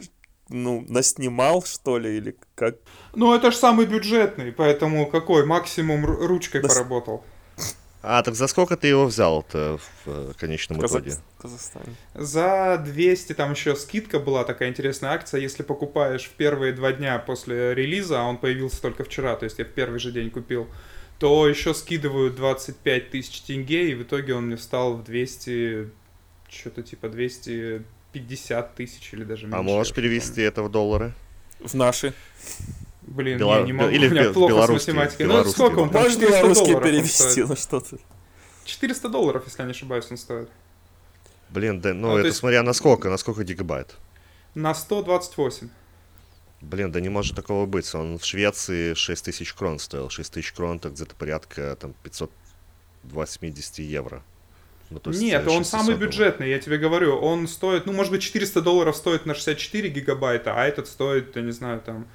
наснимал, что ли, или как? Ну, это же самый бюджетный, поэтому какой максимум ручкой поработал? А, так за сколько ты его взял-то в конечном итоге? В Казахстане. За 200, там еще скидка была, такая интересная акция, если покупаешь в первые 2 дня после релиза, а он появился только вчера, то есть я в первый же день купил, то еще скидывают 25 тысяч тенге, и в итоге он мне стал в 200, что-то типа 250 тысяч или даже меньше. А можешь перевести это в доллары? В наши. Блин, я не могу, или у меня плохо с белорусские, математикой. Ну, сколько он там? Можешь 400 белорусский долларов он перевести, стоит. ну что ты. $400, если я не ошибаюсь, он стоит. Блин, да, то это есть- смотря на сколько гигабайт. На 128. Блин, да не может такого быть. Он в Швеции 6000 крон стоил. 6000 крон это где-то порядка там 580 евро. Ну, то есть, Нет, он 600 самый долларов. бюджетный, я тебе говорю. Он стоит, ну, может быть, $400 стоит на 64 гигабайта, а этот стоит, я не знаю, там,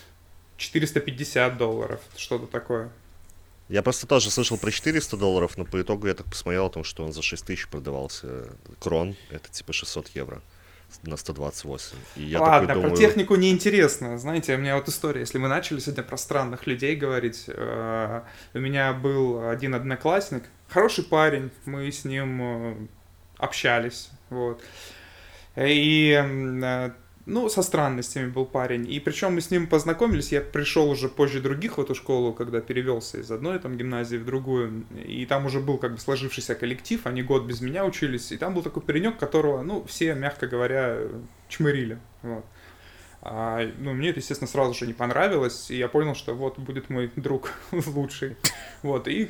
$450, что-то такое. Я просто тоже слышал про 400 долларов, но по итогу я так посмотрел о том, что он за 6000 продавался. Крон, это типа 600 евро на 128. И я Ладно, такой про думаю... технику неинтересно. Знаете, у меня вот история, если мы начали сегодня про странных людей говорить, у меня был один одноклассник, хороший парень, мы с ним общались, вот. И, ну, со странностями был парень. И причем мы с ним познакомились, я пришел уже позже других в эту школу, когда перевелся из одной там гимназии в другую. И там уже был как бы сложившийся коллектив, они год без меня учились. И там был такой паренек, которого, ну, все, мягко говоря, чмырили. Вот. Ну, мне это, естественно, сразу же не понравилось, и я понял, что вот будет мой друг лучший. Вот, и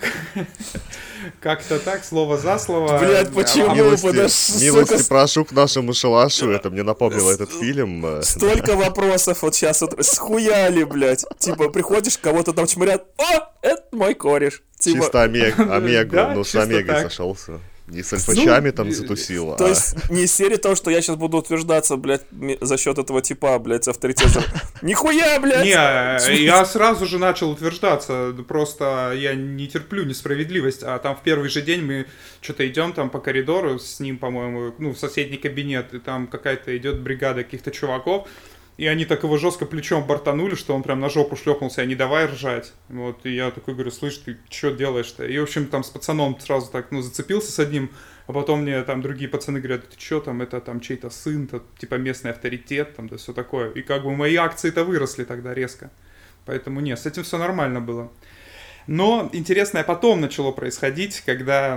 как-то так, слово за слово. Блядь, почему? Милости прошу к нашему шалашу, это мне напомнило этот фильм. Столько вопросов вот сейчас вот схуяли, блядь. Типа, приходишь, кого-то там чморят, о, это мой кореш. Типа, Чисто Омегу, Да, ну с чисто Омегой так. сошелся. Не с альфачами там Ну, затусил, то есть не из серии того, что я сейчас буду утверждаться, блядь, за счет этого типа, блядь, авторитета. Нихуя, блядь! Не, я сразу же начал утверждаться, просто я не терплю несправедливость, а там в первый же день мы что-то идем там по коридору с ним, по-моему, ну, в соседний кабинет, и там какая-то идет бригада каких-то чуваков, и они так его жестко плечом бортанули, что он прям на жопу шлепнулся, а не давай ржать. Вот, и я такой говорю, слышь, ты что делаешь-то? И, в общем, там с пацаном сразу так, ну, зацепился с одним, а потом мне там другие пацаны говорят, ты что там, это там чей-то сын, это, типа местный авторитет, там, да все такое. И как бы мои акции-то выросли тогда резко. Поэтому нет, с этим все нормально было. Но интересное потом начало происходить, когда...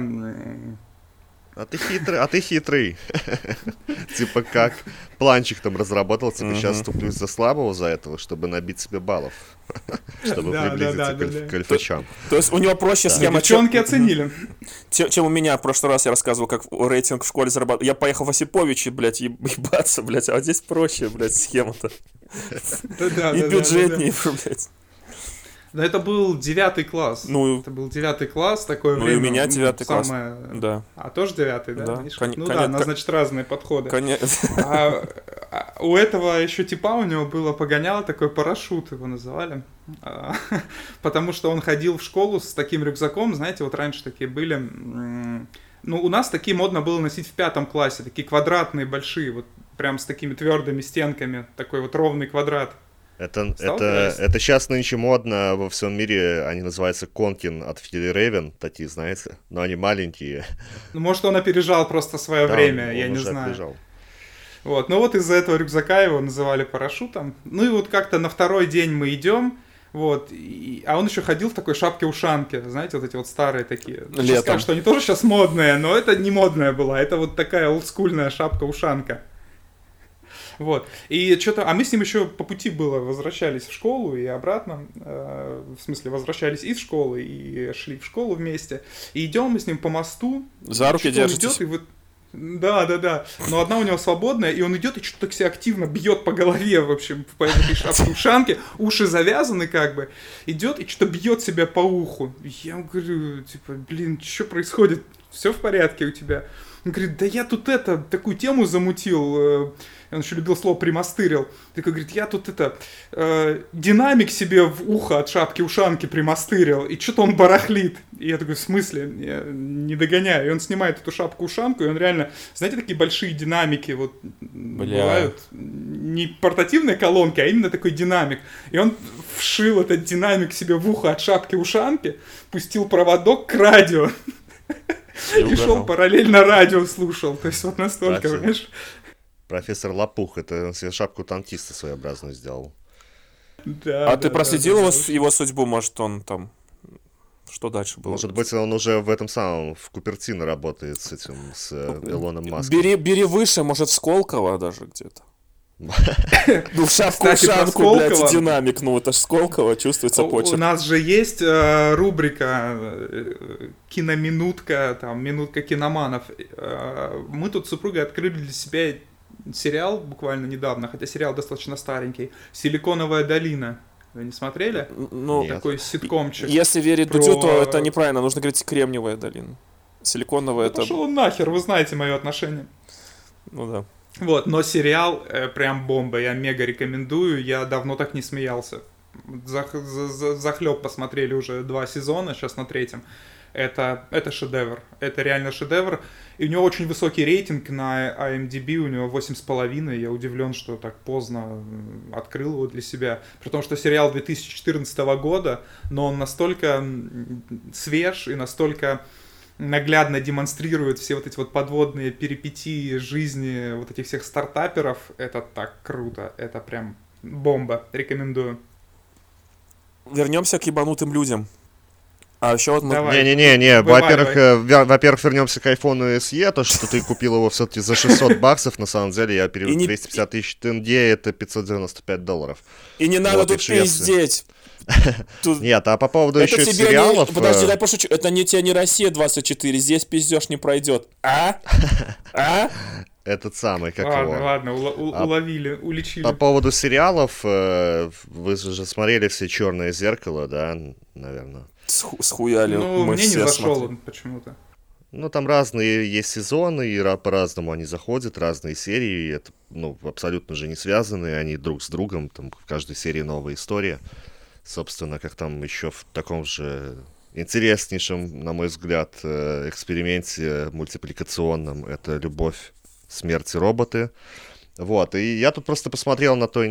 А ты хитрый. Типа как планчик там разработал, типа сейчас ступлюсь за слабого за этого, чтобы набить себе баллов. Чтобы приблизиться к альфачам. То есть у него проще схема, Девчонки оценили. чем у меня в прошлый раз я рассказывал, как рейтинг в школе зарабатывал. Я поехал в Осиповичи, блядь, ебаться, блядь, а вот здесь проще, блядь, схема-то. И бюджетнее, блядь. Да это был 9 класс. Ну, это был 9 класс, такое ну время. и у меня 9 класс. Самое... Да. А тоже 9, да? Да. Видишь? Ну да, у нас, значит, разные подходы. Конечно. У этого еще типа у него было погоняло такой парашют, его называли. Потому что он ходил в школу с таким рюкзаком, знаете, вот раньше такие были... Ну, у нас такие модно было носить в 5 классе, такие квадратные, большие, вот прям с такими твердыми стенками, такой вот ровный квадрат. Это сейчас нынче модно во всем мире, они называются Конкин от Филиревен, такие, знаете, но они маленькие. Ну, может, он опережал просто свое время, я не знаю. Опережал. Вот, ну вот из-за этого рюкзака его называли парашютом. Ну и вот как-то на второй день мы идем, вот, а он еще ходил в такой шапке-ушанке, знаете, вот эти вот старые такие. Сейчас скажут, что они тоже сейчас модные, но это не модная была, это вот такая олдскульная шапка-ушанка. Вот. И что-то, а мы с ним еще по пути было, возвращались в школу и обратно, в смысле, возвращались из школы и шли в школу вместе. И идем мы с ним по мосту. За руки держитесь. Да. Но одна у него свободная, и он идет и что-то так себя активно бьет по голове, в общем, по этой шапке-ушанке, уши завязаны как бы, идет и что-то бьет себя по уху. Я ему говорю, типа, блин, что происходит? Все в порядке у тебя? Он говорит, да я тут такую тему замутил, он еще любил слово «примастырил». Такой говорит, я тут динамик себе в ухо от шапки-ушанки примастырил, и что-то он барахлит. И я такой, в смысле? Я не догоняю. И он снимает эту шапку-ушанку, и он реально, знаете, такие большие динамики вот бывают. Не портативные колонки, а именно такой динамик. И он вшил этот динамик себе в ухо от шапки-ушанки, пустил проводок к радио. И шел параллельно радио слушал. То есть вот настолько, понимаешь? Профессор Лопух, это он себе шапку танкиста своеобразную сделал. Да, ты проследил его судьбу, может, он там... Что дальше было? Может быть, он уже в этом самом, в Купертино работает с этим, с Илоном Маском. Бери выше, может, в Сколково даже где-то. Ну, в шапку-ушанку, блядь, динамик, ну это ж Сколково, чувствуется почерк. У нас же есть рубрика «Киноминутка», там, «Минутка киноманов». Мы тут с супругой открыли для себя сериал буквально недавно, хотя сериал достаточно старенький, «Силиконовая долина». Вы не смотрели? Ну, такой ситкомчик. Если верить Дудю, то это неправильно, нужно говорить «Кремниевая долина». Силиконовая это... Пошел нахер, вы знаете мое отношение. Ну да. Вот, но сериал прям бомба, я мега рекомендую, я давно так не смеялся. Захлеб посмотрели уже 2 сезона, сейчас на 3-м. Это шедевр, это реально шедевр. И у него очень высокий рейтинг на IMDb, у него 8,5. Я удивлен, что так поздно открыл его для себя. При том, что сериал 2014 года, но он настолько свеж и настолько наглядно демонстрирует все вот эти вот подводные перипетии жизни вот этих всех стартаперов. Это так круто, это прям бомба, рекомендую. Вернемся к ебанутым людям. А еще вот мы... Не-не-не, во-первых, вернемся к iPhone SE, то, что ты купил его все-таки за $600, на самом деле, я перевел 250 тысяч тенге, это $595. И не надо тут пиздеть. Нет, а по поводу еще сериалов... Подожди, дай пошучу. Это не тебе не Россия 24, здесь пиздеж не пройдет. А? Этот самый, как его. Ладно, уловили, уличили. По поводу сериалов, вы же смотрели все «Черное зеркало», да, наверное? Схуяли. Ну, мне не зашел он почему-то. Ну, там разные есть сезоны, и по-разному они заходят, разные серии, это, ну, абсолютно же не связаны, они друг с другом, там в каждой серии новая история. Собственно, как там еще в таком же интереснейшем, на мой взгляд, эксперименте мультипликационном, это «Любовь, смерть и роботы». Вот, и я тут просто посмотрел на этой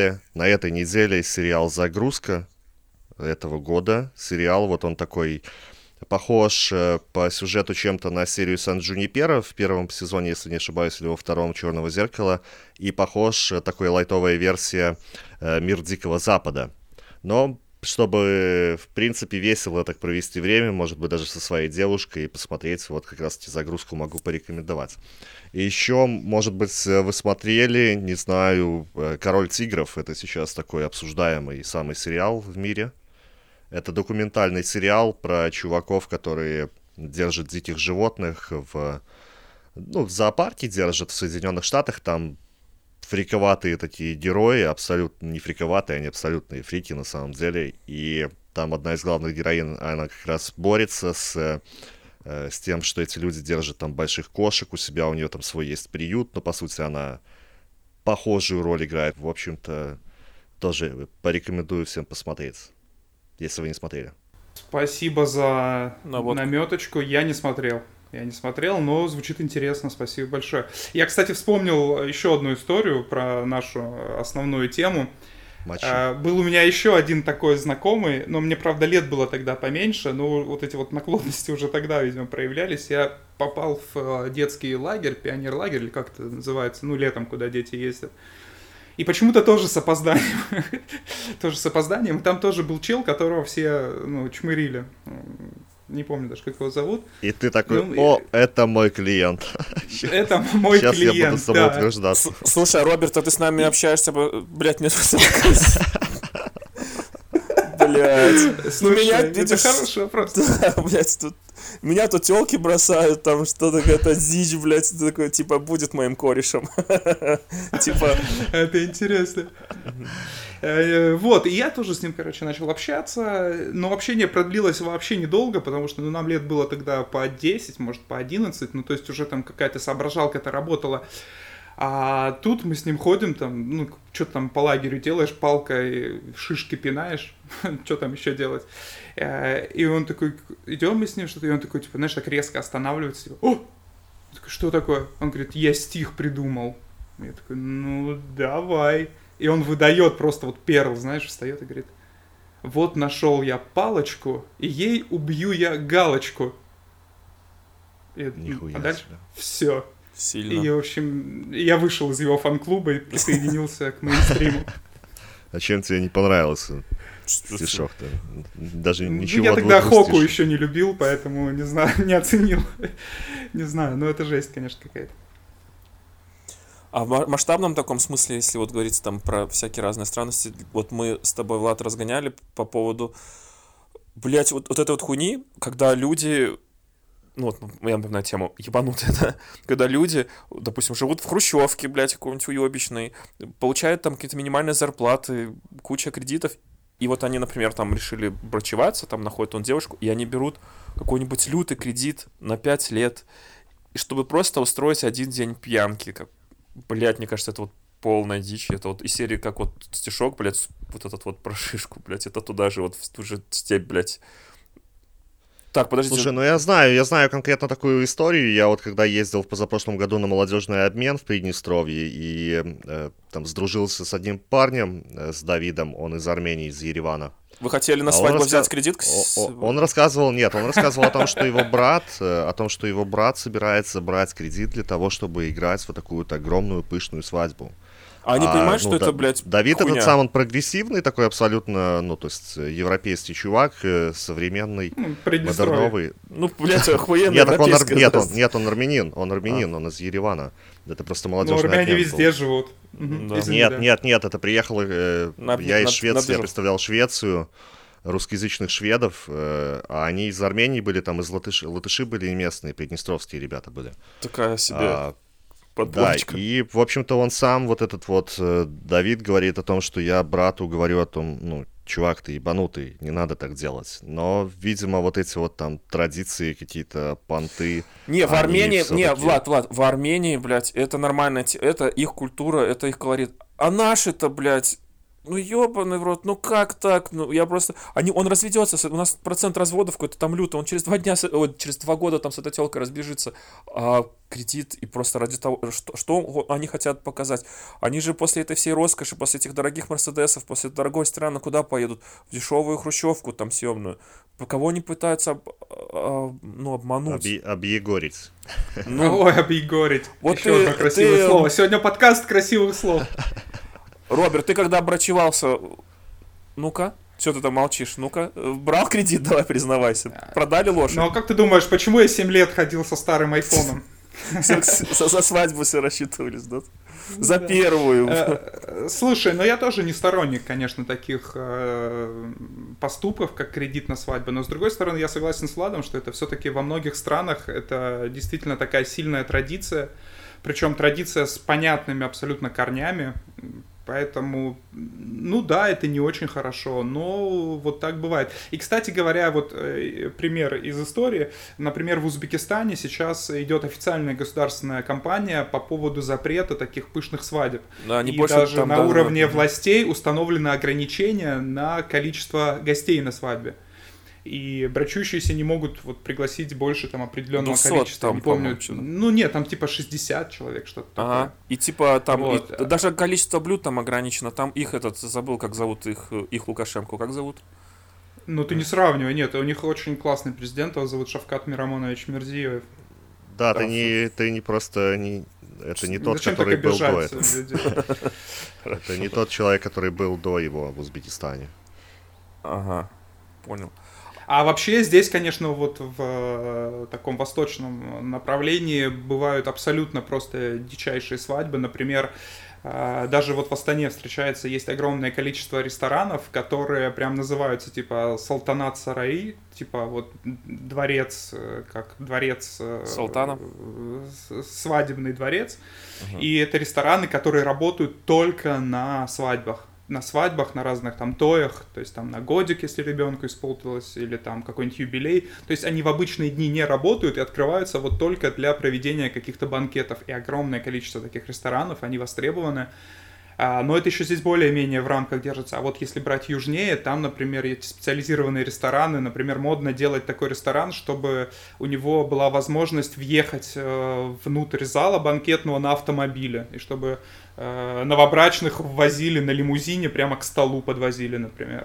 неделе сериал «Загрузка» этого года. Сериал, вот он такой похож по сюжету чем-то на серию Сан-Джунипера в первом сезоне, если не ошибаюсь, или во втором «Черного зеркала», и похож такой лайтовая версия «Мир Дикого Запада». Но чтобы, в принципе, весело так провести время, может быть, даже со своей девушкой, и посмотреть, вот как раз-таки «Загрузку» могу порекомендовать. И еще, может быть, вы смотрели, не знаю, «Король тигров», это сейчас такой обсуждаемый самый сериал в мире. Это документальный сериал про чуваков, которые держат диких животных в зоопарке, держат в Соединенных Штатах, там фриковатые такие герои, абсолютно не фриковатые, они абсолютные фрики на самом деле. И там одна из главных героинь, она как раз борется с тем, что эти люди держат там больших кошек у себя, у нее там свой есть приют, но по сути она похожую роль играет. В общем-то, тоже порекомендую всем посмотреть, если вы не смотрели. Спасибо за наметочку, я не смотрел, но звучит интересно, спасибо большое. Я, кстати, вспомнил еще одну историю про нашу основную тему. Был у меня еще один такой знакомый, но мне, правда, лет было тогда поменьше, но вот эти вот наклонности уже тогда, видимо, проявлялись. Я попал в детский лагерь, пионер-лагерь, или как это называется, летом, куда дети ездят. И почему-то тоже с опозданием. И там тоже был чел, которого все, чмырили. Не помню даже, как его зовут. И ты такой, это мой клиент. Это мой клиент, сейчас я буду самоутверждаться. Слушай, Роберт, а ты с нами общаешься, блядь, мне... Блядь. Слушай, меня, это видишь, хороший вопрос. Да, блядь, тут... Меня тут тёлки бросают, там что-то, какая-то дичь, блядь, такой, типа, будет моим корешем. Типа... Это интересно. Вот, и я тоже с ним, короче, начал общаться, но общение продлилось вообще недолго, потому что, нам лет было тогда по 10, может, по 11, то есть уже там какая-то соображалка-то работала. А тут мы с ним ходим, там, что там по лагерю делаешь, палкой шишки пинаешь, что там еще делать. И он такой, идем мы с ним что-то, и он такой, типа, знаешь, так резко останавливается, типа, о! Я такой, что такое? Он говорит, я стих придумал. Я такой, давай. И он выдает просто вот перл, знаешь, встает и говорит, вот нашел я палочку, и ей убью я галочку. Нихуя а дальше себе. все. Сильно. И, в общем, я вышел из его фан-клуба и присоединился к мейнстриму. А чем тебе не понравился стишок-то? Даже ничего. Я тогда двух Хоку стишей. еще не любил, поэтому, не знаю, не оценил. Не знаю, но это жесть, конечно, какая-то. А в масштабном таком смысле, если вот говорить там про всякие разные странности, вот мы с тобой, Влад, разгоняли по поводу, блять, вот этой вот хуйни, когда люди, вот я напоминаю тему ебанутая, да, когда люди, допустим, живут в хрущевке, блять, какой-нибудь уебищной, получают там какие-то минимальные зарплаты, куча кредитов, и вот они, например, там решили брачеваться, там находят он девушку, и они берут какой-нибудь лютый кредит на 5 лет, и чтобы просто устроить один день пьянки, как, блядь, мне кажется, это вот полная дичь, это вот из серии, как вот стишок, блядь, вот этот вот про шишку, блядь, это туда же, вот в ту же степь, блядь. Так, подождите. Слушай, я знаю конкретно такую историю. Я вот когда ездил в позапрошлом году на молодежный обмен в Приднестровье и там сдружился с одним парнем, с Давидом, он из Армении, из Еревана. Вы хотели на свадьбу взять кредит? Он рассказывал о том, что его брат собирается брать кредит для того, чтобы играть в вот такую-то огромную пышную свадьбу. А они понимают, что это, блядь, Давид хуйня? этот сам, он прогрессивный такой абсолютно, то есть европейский чувак, современный, модерновый. Блядь, охуенно. Нет, он армянин, он из Еревана. Это просто молодежный обмен. Армяне везде живут. Нет, это приехал, я из Швеции, я представлял Швецию, русскоязычных шведов, а они из Армении были, там из латыши были местные, приднестровские ребята были. Такая себе... Да, и, в общем-то, он сам, вот этот вот Давид, говорит о том, что я брату говорю о том, чувак, ты ебанутый, не надо так делать. Но, видимо, вот эти вот там традиции, какие-то понты... Не, в Армении, Влад, в Армении, блядь, это нормально, это их культура, это их колорит. А наши-то, блядь, ёбаный в рот, как так? Я просто... Он разведется, у нас процент разводов какой-то там лютый, он через 2 года там с этой тёлкой разбежится. А кредит, и просто ради того, что они хотят показать. Они же после этой всей роскоши, после этих дорогих мерседесов, после дорогой страны, куда поедут? В дешевую хрущевку там съемную. Кого они пытаются обмануть? Объегорить. Ой, объегорить. Вот еще одно красивое слово. Сегодня подкаст красивых слов. Роберт, ты когда брачевался, ну-ка, что ты там молчишь, ну-ка, брал кредит, давай признавайся, продали лошадь? Ну а как ты думаешь, почему я 7 лет ходил со старым айфоном? За свадьбу все рассчитывались, да? За первую. Слушай, я тоже не сторонник, конечно, таких поступков, как кредит на свадьбу, но с другой стороны, я согласен с Владом, что это все-таки во многих странах это действительно такая сильная традиция, причем традиция с понятными абсолютно корнями. Поэтому, да, это не очень хорошо, но вот так бывает. И, кстати говоря, вот пример из истории. Например, в Узбекистане сейчас идет официальная государственная кампания по поводу запрета таких пышных свадеб. Да, и даже на уровне властей установлены ограничения на количество гостей на свадьбе. И брачующиеся не могут пригласить больше там определенного количества. Там, не помню. Нет, там типа 60 человек, что-то такое. И типа там даже количество блюд там ограничено. Там их забыл, как зовут их Лукашенко. Как зовут? Ты не сравнивай, нет, у них очень классный президент, его зовут Шавкат Мирамонович Мирзиёев. Да, ты не просто... Это не тот, который был до этого. Это не тот человек, который был до его в Узбекистане. Ага, понял. А вообще здесь, конечно, вот в таком восточном направлении бывают абсолютно просто дичайшие свадьбы. Например, Даже вот в Астане встречается, есть огромное количество ресторанов, которые прям называются типа Салтанат Сараи, типа вот дворец, как дворец... Султана. Свадебный дворец. И это рестораны, которые работают только на свадьбах. На свадьбах, на разных там тоях, то есть там на годик, если ребенку исполнилось, или там какой-нибудь юбилей. То есть они в обычные дни не работают и открываются вот только для проведения каких-то банкетов. И огромное количество таких ресторанов, они востребованы. Но это еще здесь более-менее в рамках держится. А вот если брать южнее, там, например, есть специализированные рестораны. Например, модно делать такой ресторан, чтобы у него была возможность въехать внутрь зала банкетного на автомобиле. И чтобы новобрачных возили на лимузине, прямо к столу подвозили, например.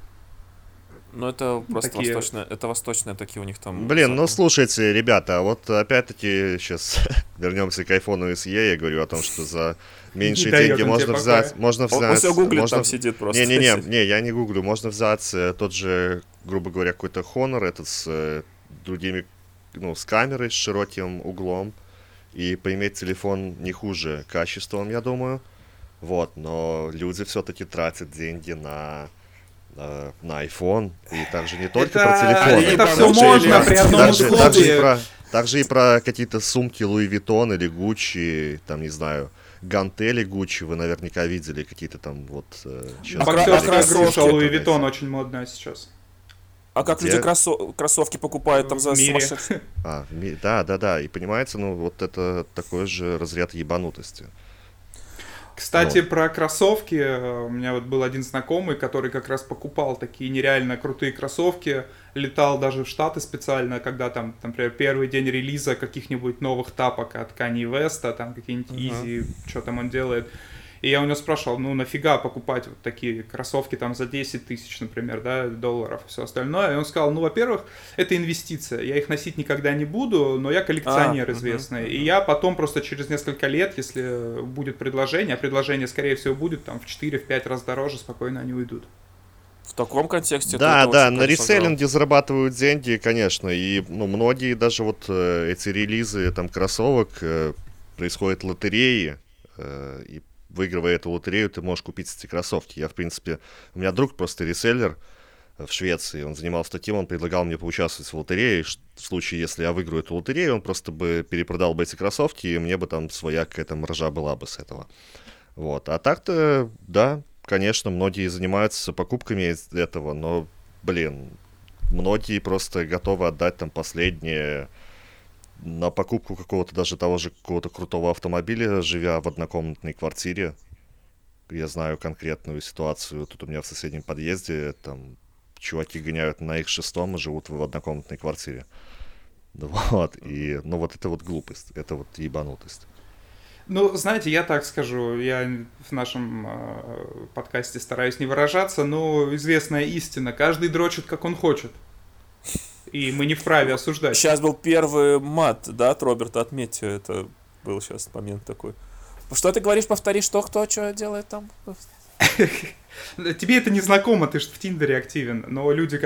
Ну, это просто Такие... восточные такие у них там... Блин, ну слушайте, ребята, вот опять-таки сейчас вернемся к айфону SE, я говорю о том, что за меньшие деньги можно взять... Он все гуглит, там сидит просто. Не, я не гуглю, можно взять тот же, грубо говоря, какой-то Honor, этот с другими, ну, с камерой, с широким углом, и поиметь телефон не хуже качеством, я думаю. Вот, но люди все-таки тратят деньги на iPhone, и также не только про телефон. Это все можно при одном условии. Также и про какие-то сумки Louis Vuitton или Gucci, там, не знаю, гантели Gucci, вы наверняка видели какие-то там вот... Боксерская груша Louis Vuitton очень модная сейчас. А как люди кроссовки покупают там за сумасшедшие? Да, и понимаете, ну вот это такой же разряд ебанутости. Кстати, про кроссовки, у меня вот был один знакомый, который как раз покупал такие нереально крутые кроссовки, летал даже в Штаты специально, когда там, например, первый день релиза каких-нибудь новых тапок от Kanye West, там какие-нибудь Easy, что там он делает. И я у него спрашивал, ну нафига покупать вот такие кроссовки там за 10 тысяч, например, да, долларов и все остальное. И он сказал, ну, во-первых, это инвестиция, я их носить никогда не буду, но я коллекционер известный. И я потом просто через несколько лет, если будет предложение, а предложение, скорее всего, будет там в 4-5 раз дороже, спокойно они уйдут. В таком контексте... Да, на реселлинге зарабатывают деньги, конечно, и ну, многие даже вот эти релизы там кроссовок происходят лотереи, и выигрывая эту лотерею, ты можешь купить эти кроссовки. Я, в принципе, у меня друг просто реселлер в Швеции, он занимался таким, он предлагал мне поучаствовать в лотерее, в случае, если я выиграю эту лотерею, он просто бы перепродал бы эти кроссовки, и мне бы там своя какая-то маржа была бы с этого. Вот. А так-то, да, конечно, многие занимаются покупками из этого, но, блин, многие просто готовы отдать там последнее на покупку какого-то даже того же какого-то крутого автомобиля, живя в однокомнатной квартире. Я знаю конкретную ситуацию. Тут у меня в соседнем подъезде там чуваки гоняют на X6 и живут в однокомнатной квартире. Вот. И, ну, вот это вот глупость. Это вот ебанутость. Ну, знаете, я так скажу, я в нашем подкасте стараюсь не выражаться, но известная истина. Каждый дрочит, как он хочет. И мы не вправе осуждать. Сейчас был первый мат, да, от Роберта, отметьте, это был сейчас момент такой. Что ты говоришь, повтори, что делает там? Тебе это не знакомо, ты же в Тиндере активен, но люди,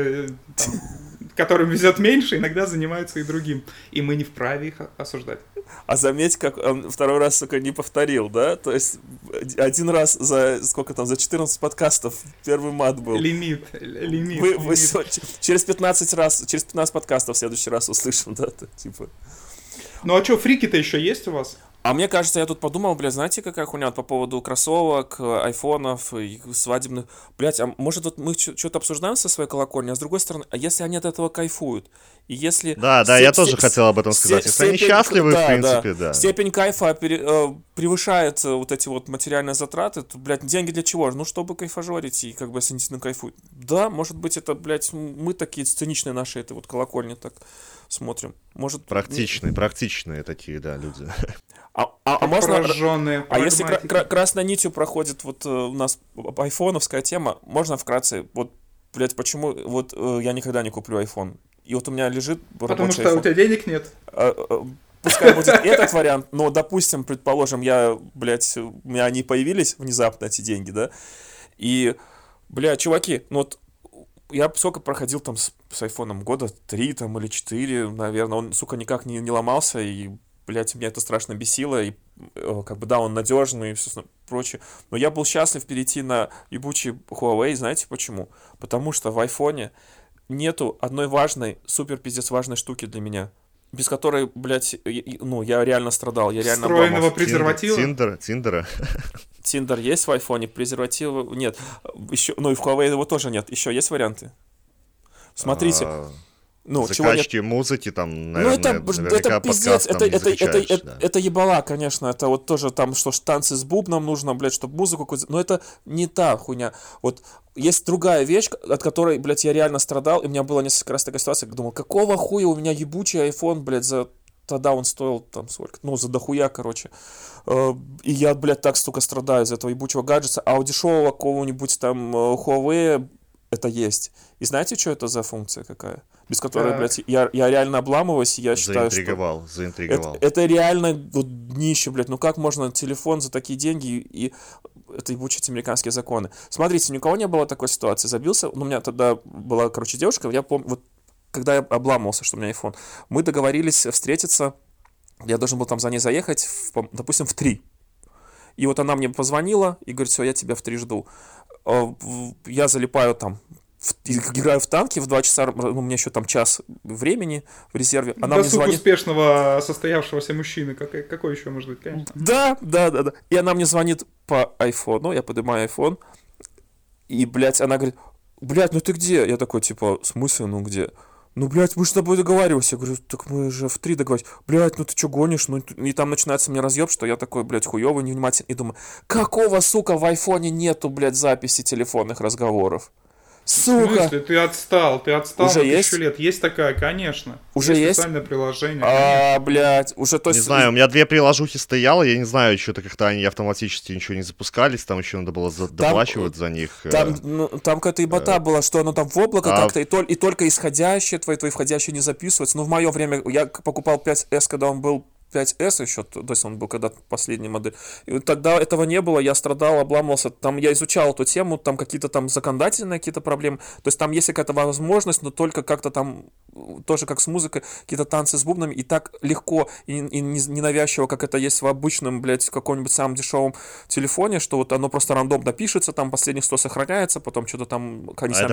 которым везет меньше, иногда занимаются и другим. И мы не вправе их осуждать. А заметь, как он второй раз, сука, не повторил, да? То есть один раз за 14 подкастов первый мат был. Лимит. Через 15 подкастов в следующий раз услышим, да? Типа. Ну а что, фрики-то еще есть у вас? А мне кажется, я тут подумал, знаете, какая хуйня по поводу кроссовок, айфонов и свадебных. А может, вот мы что-то обсуждаем со своей колокольни, а с другой стороны, а если они от этого кайфуют? И если... Да, я тоже хотел об этом сказать. Если они счастливы, в принципе, да. Степень кайфа превышает вот эти вот материальные затраты, то, деньги для чего? Ну, чтобы кайфажорить, и как бы если они кайфуют. Да, может быть, это, мы такие циничные наши, это вот колокольни так смотрим. Может... Практичные такие, да, люди. А можно... А если красной нитью проходит вот у нас айфоновская тема, можно вкратце, вот, почему вот я никогда не куплю айфон? И вот у меня лежит потому что iPhone. У тебя денег нет. Пускай будет этот вариант, но, допустим, предположим, у меня они появились внезапно, эти деньги, да? И, чуваки, ну вот я сколько проходил там с айфоном, года 3 там или 4, наверное, он, сука, никак не ломался, и, меня это страшно бесило, и как бы, да, он надежный и все прочее. Но я был счастлив перейти на ебучий Huawei, знаете почему? Потому что в айфоне нету одной важной, супер пиздец важной штуки для меня, без которой, блядь, я реально страдал, я реально встроенного обломался. презерватива? Тиндера. Тиндер есть в айфоне, презерватива нет. Еще, и в Huawei его тоже нет. Еще есть варианты? Смотрите. Закачки музыки, там, наверное, это пиздец, да. это ебала, конечно, это вот тоже там, что танцы с бубном нужно, блядь, чтобы музыку какую-то, но это не та хуйня. Вот есть другая вещь, от которой, блядь, я реально страдал, и у меня была несколько раз такая ситуация, когда думал, какого хуя у меня ебучий iPhone, блядь, тогда он стоил там сколько, за дохуя, короче. И я, блядь, так, сука, страдаю из этого ебучего гаджета, а у дешевого какого-нибудь там Huawei это есть. И знаете, что это за функция какая? Без которой, блядь, я реально обламываюсь, и я считаю, заинтриговал. Это реально вот днище, блядь. Ну как можно телефон за такие деньги и это ебучие американские законы? Смотрите, ни у кого не было такой ситуации. Забился, у меня тогда была, короче, девушка, я помню, вот когда я обламывался, что у меня iPhone, мы договорились встретиться, я должен был там за ней заехать, допустим, в 3. И вот она мне позвонила и говорит, все, я тебя в 3 жду. Я залипаю там, играю в танки в 2 часа, у меня еще там час времени в резерве. Она мне звонит... успешного состоявшегося мужчины, какой еще может быть, конечно. Да. И она мне звонит по айфону, я поднимаю айфон, и, блядь, она говорит, блядь, ну ты где? Я такой, типа, в смысле, ну где? Ну, блядь, мы же с тобой договаривались. Я говорю, так мы же в 3 договорились. Блядь, ну ты что гонишь? Ну, и там начинается мне разъеб, что я такой, блядь, хуёвый, невнимательный. И думаю, какого, сука, в айфоне нету, блядь, записи телефонных разговоров? Сука! В смысле? Ты отстал уже на есть? 1000 лет. Есть такая, конечно. Уже есть? Специальное приложение. Блядь, уже то есть... Не знаю, у меня 2 приложухи стояло, я не знаю, что-то как-то они автоматически ничего не запускались, там еще надо было доплачивать за них. Там какая-то ебота была, что оно там в облако как-то, и только исходящие твои входящие не записываются. Ну, в мое время, я покупал 5S, когда он был 5S еще, то есть он был когда-то последняя модель. И тогда этого не было, я страдал, обламывался. Там я изучал эту тему, там какие-то там законодательные какие-то проблемы. То есть там есть какая-то возможность, но только как-то там, тоже как с музыкой, какие-то танцы с бубнами, и так легко и ненавязчиво, как это есть в обычном, блядь, каком-нибудь самом дешевом телефоне, что вот оно просто рандомно пишется, там последних 100 сохраняется, потом что-то там...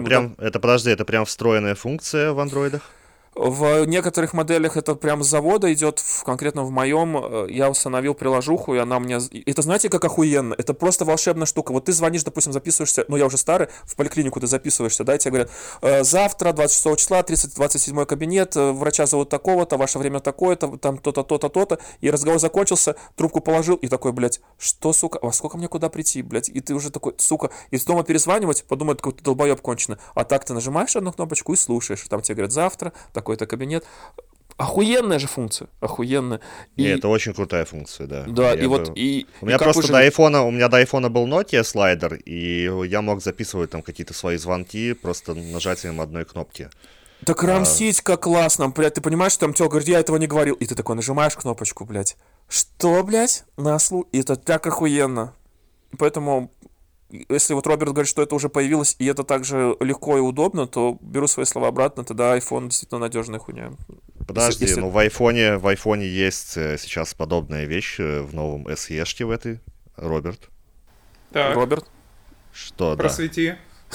это прям встроенная функция в андроидах? В некоторых моделях это прям с завода идет, конкретно в моем я установил приложуху, и она мне... Это знаете, как охуенно? Это просто волшебная штука. Вот ты звонишь, допустим, записываешься, я уже старый, в поликлинику ты записываешься, да, и тебе говорят, завтра, 26 числа, 27 кабинет, врача зовут такого-то, ваше время такое-то, там то-то, то-то, то-то, и разговор закончился, трубку положил, и такой, блядь, что, сука, во сколько мне куда прийти, блядь, и ты уже такой, сука, и снова перезванивать, подумает, какой-то долбоеб конченый, а так ты нажимаешь одну кнопочку и слушаешь, там тебе говорят, завтра, такой-то кабинет. Охуенная же функция, охуенная. Это очень крутая функция, да. Да, у меня просто до айфона был Nokia слайдер, и я мог записывать там какие-то свои звонки просто нажатием одной кнопки. Так рамсить как классно, блядь, ты понимаешь, что там телка говорит, я этого не говорил, и ты такой нажимаешь кнопочку, блядь. Что, блядь? И это так охуенно. Поэтому... Если вот Роберт говорит, что это уже появилось, и это также легко и удобно, то беру свои слова обратно, тогда iPhone действительно надежная хуйня. Подожди, в айфоне есть сейчас подобная вещь в новом SE-шке в этой, Роберт. Так. Роберт? Что, просвети.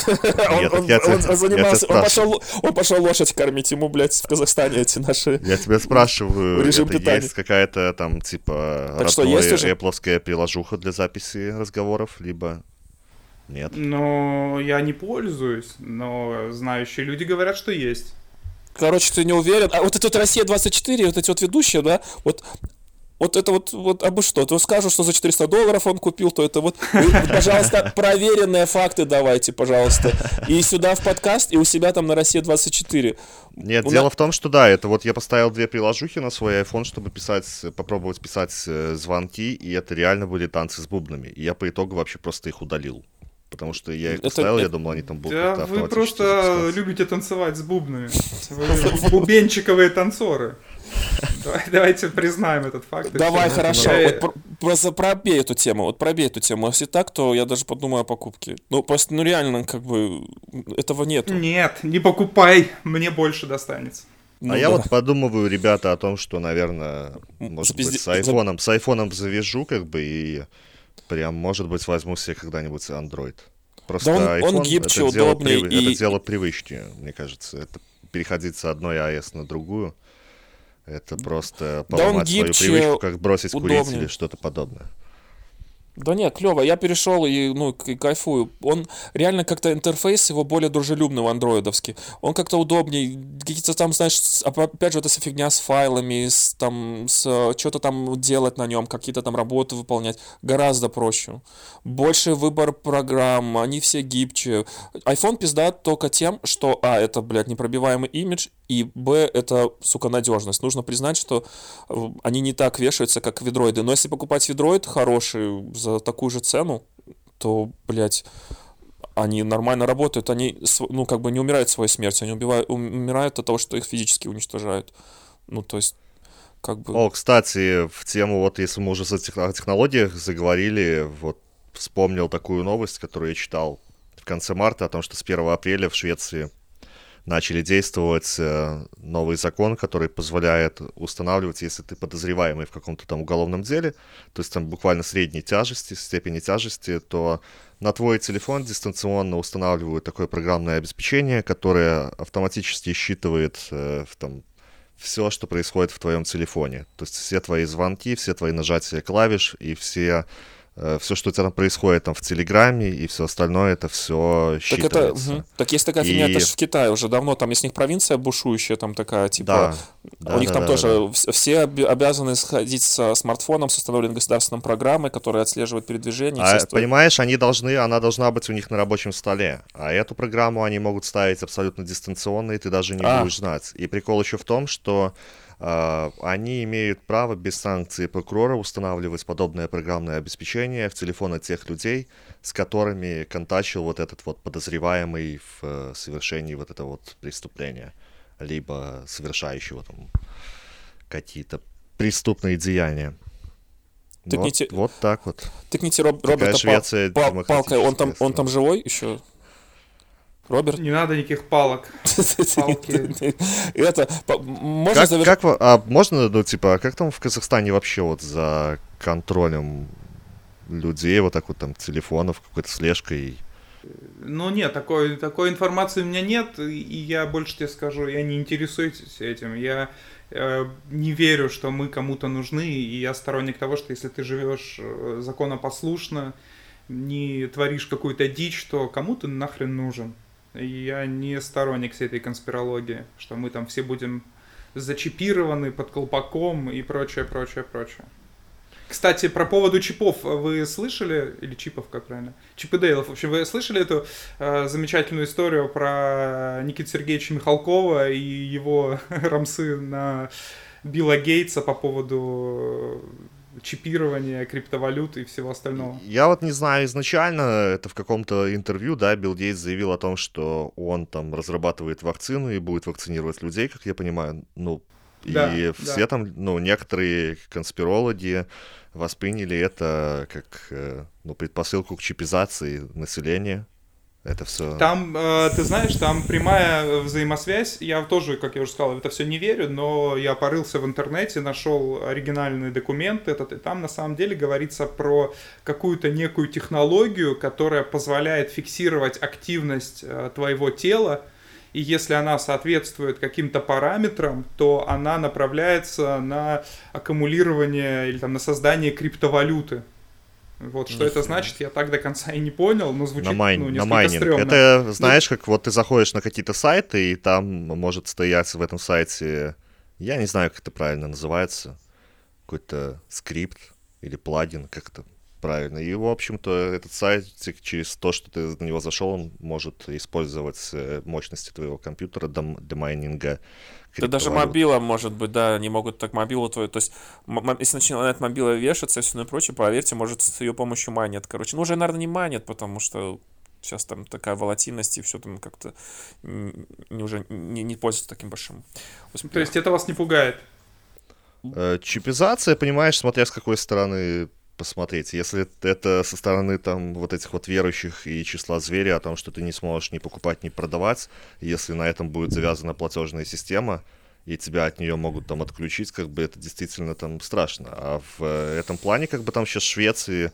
Он пошел лошадь кормить, ему, блядь, в Казахстане эти наши... Я тебя спрашиваю, режим это питания. Есть какая-то там, типа, родная Apple-овская приложуха для записи разговоров, либо... Нет. Ну, я не пользуюсь, но знающие люди говорят, что есть. Короче, ты не уверен. А вот это вот Россия-24, вот эти вот ведущие, да, вот это вот абы что, то скажут, что за $400 он купил, то это вот, пожалуйста, проверенные факты давайте, пожалуйста. И сюда в подкаст, и у себя там на Россия-24. Нет, дело в том, что да, это вот я поставил 2 приложухи на свой iPhone, чтобы попробовать писать звонки, и это реально были танцы с бубнами. И я по итогу вообще просто их удалил. Потому что я их поставил, я думал, они там будут как-то автоматически вы просто запускаться. любите танцевать с бубнами. Вы бубенчиковые танцоры. Давайте признаем этот факт. Давай, хорошо. Просто пробей эту тему. Если так, то я даже подумаю о покупке. Ну, просто, реально, как бы, этого нету. Нет, не покупай, мне больше достанется. А я вот подумываю, ребята, о том, что, наверное, может быть, с айфоном завяжу, как бы, и прям, может быть, возьму себе когда-нибудь Android. Просто да он гибче, удобнее. Это дело привычки, мне кажется. Это переходить с одной iOS на другую. Это просто поломать свою привычку, как бросить курить или что-то подобное. Да нет, клево. Я перешел и кайфую. Он реально как-то интерфейс его более дружелюбный андроидовский. Он как-то удобней. Какие-то там, знаешь, опять же, эта вся фигня с файлами, что-то там делать на нем, какие-то там работы выполнять. Гораздо проще. Больше выбор программ, они все гибче. iPhone пиздат только тем, что, это, блядь, непробиваемый имидж, и, б, это, сука, надежность. Нужно признать, что они не так вешаются, как ведроиды. Но если покупать ведроид хороший за такую же цену, то, блядь, они нормально работают. Они, как бы не умирают своей смертью. Они умирают от того, что их физически уничтожают. То есть, как бы... О, кстати, в тему, вот если мы уже о технологиях заговорили, вот вспомнил такую новость, которую я читал в конце марта, о том, что с 1 апреля в Швеции начали действовать новый закон, который позволяет устанавливать, если ты подозреваемый в каком-то там уголовном деле, то есть там буквально средней тяжести, степени тяжести, то на твой телефон дистанционно устанавливают такое программное обеспечение, которое автоматически считывает все, что происходит в твоем телефоне. То есть все твои звонки, все твои нажатия клавиш и все, что у тебя там происходит там в Телеграме и все остальное, это все считывается. Так есть такая фигня, это же в Китае уже давно, там есть у них провинция бушующая, там такая, типа, у них там тоже все обязаны сходить со смартфоном, с установленной государственной программой, которая отслеживает передвижение. Понимаешь, она должна быть у них на рабочем столе, а эту программу они могут ставить абсолютно дистанционно, и ты даже не будешь знать. И прикол еще в том, что они имеют право без санкции прокурора устанавливать подобное программное обеспечение в телефоны тех людей, с которыми контачил вот этот вот подозреваемый в совершении вот этого вот преступления, либо совершающего там какие-то преступные деяния. Вот так вот. Тыкните Роберта палкой, он там живой еще? Роберт? Не надо никаких палок. Это можно завершить? Можно, как там в Казахстане вообще вот за контролем людей, вот так вот там телефонов, какой-то слежкой? Нет, такой информации у меня нет, и я больше тебе скажу, я не интересуюсь этим. Я не верю, что мы кому-то нужны, и я сторонник того, что если ты живешь законопослушно, не творишь какую-то дичь, то кому ты нахрен нужен. Я не сторонник всей этой конспирологии, что мы там все будем зачипированы под колпаком и прочее. Кстати, про поводу чипов вы слышали, или чипов, как правильно? Чип и Дейлов. В общем, вы слышали эту замечательную историю про Никиту Сергеевича Михалкова и его рамсы на Билла Гейтса по поводу чипирования, криптовалют и всего остального? Я вот не знаю, изначально это в каком-то интервью, Билл Гейтс заявил о том, что он там разрабатывает вакцину и будет вакцинировать людей, как я понимаю, все там, некоторые конспирологи восприняли это как, предпосылку к чипизации населения. Это все. Там, ты знаешь, там прямая взаимосвязь. Я тоже, как я уже сказал, в это все не верю, но я порылся в интернете, нашел оригинальный документ этот, и там на самом деле говорится про какую-то некую технологию, которая позволяет фиксировать активность твоего тела, и если она соответствует каким-то параметрам, то она направляется на аккумулирование или там на создание криптовалюты. Вот, что это значит, я так до конца и не понял, но звучит несколько стрёмно. Это, знаешь, как вот ты заходишь на какие-то сайты, и там может стоять в этом сайте, я не знаю, как это правильно называется, какой-то скрипт или плагин, как это правильно. И, в общем-то, этот сайт, через то, что ты на него зашел, он может использовать мощности твоего компьютера для майнинга. Да даже мобила, может быть, они могут так мобилу твою, то есть, если начинает мобила вешаться и все прочее, поверьте, может, с ее помощью майнят, уже, наверное, не майнят, потому что сейчас там такая волатильность, и все там как-то уже не пользуется таким большим. То есть это вас не пугает? Чипизация, понимаешь, смотря с какой стороны посмотреть. Если это со стороны там вот этих вот верующих и числа зверя о том, что ты не сможешь ни покупать, ни продавать, если на этом будет завязана платежная система, и тебя от нее могут там отключить, как бы это действительно там страшно. А в этом плане, как бы там сейчас в Швеции,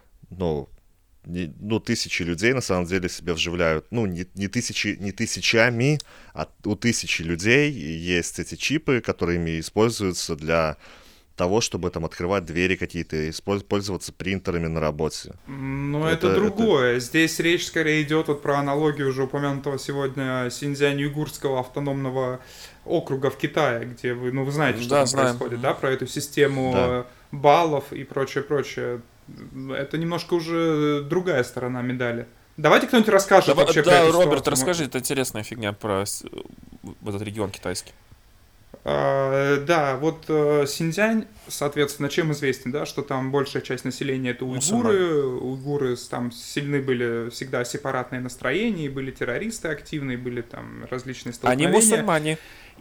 тысячи людей на самом деле себя вживляют, не тысячами, а у тысячи людей есть эти чипы, которыми используются для того, чтобы там открывать двери какие-то, пользоваться принтерами на работе. Это другое. Здесь речь скорее идет вот про аналогию уже упомянутого сегодня Синьцзянь-Уйгурского автономного округа в Китае, где вы знаете, что там происходит, да, про эту систему баллов и прочее. Это немножко уже другая сторона медали. Давайте кто-нибудь расскажет вообще про эту Роберт, ситуацию. расскажи, это интересная фигня про этот регион китайский. Да, вот Синьцзянь, соответственно, чем известен, да, что там большая часть населения это уйгуры. Уйгуры там сильны были всегда сепаратные настроения, были террористы активные, были там различные столкновения. Они мусульмане.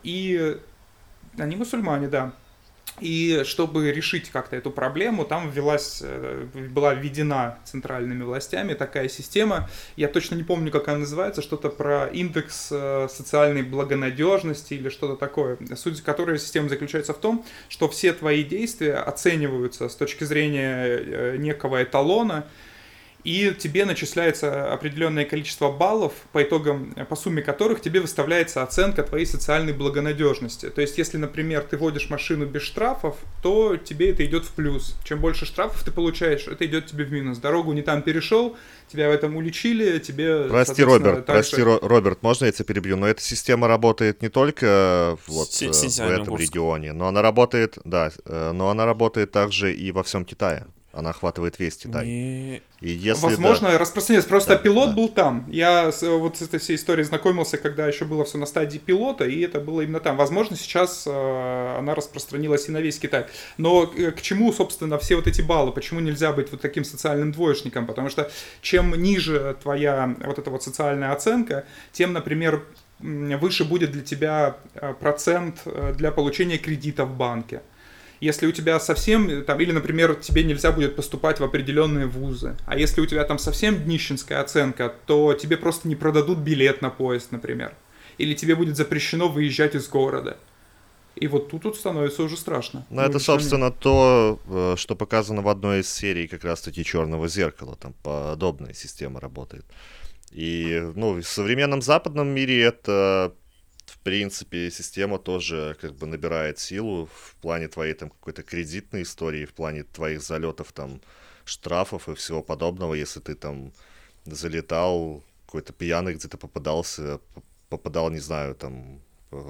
Они мусульмане, да. И чтобы решить как-то эту проблему, там была введена центральными властями такая система, я точно не помню, как она называется, что-то про индекс социальной благонадежности или что-то такое. Суть которой системы заключается в том, что все твои действия оцениваются с точки зрения некого эталона, и тебе начисляется определенное количество баллов, по сумме которых тебе выставляется оценка твоей социальной благонадежности. То есть, если, например, ты водишь машину без штрафов, то тебе это идет в плюс. Чем больше штрафов ты получаешь, это идет тебе в минус. Дорогу не там перешел, тебя в этом уличили, тебе... Прости, Роберт, можно я тебя перебью? Но эта система работает не только в этом регионе, но она работает, также и во всем Китае. Она охватывает весь Китай. И если возможно, распространяется. Просто пилот был там. Я вот с этой всей историей знакомился, когда еще было все на стадии пилота, и это было именно там. Возможно, сейчас она распространилась и на весь Китай. Но к чему, собственно, все вот эти баллы? Почему нельзя быть вот таким социальным двоечником? Потому что чем ниже твоя вот эта вот социальная оценка, тем, например, выше будет для тебя процент для получения кредита в банке. Если у тебя совсем, там, или, например, тебе нельзя будет поступать в определенные вузы, а если у тебя там совсем днищенская оценка, то тебе просто не продадут билет на поезд, например. Или тебе будет запрещено выезжать из города. И вот тут становится уже страшно. Ну, это, собственно, то, что показано в одной из серий как раз-таки «Черного зеркала». Там подобная система работает. И, в современном западном мире это... В принципе, система тоже как бы набирает силу в плане твоей там какой-то кредитной истории, в плане твоих залетов, там, штрафов и всего подобного. Если ты там залетал, какой-то пьяный где-то попадал, не знаю, там,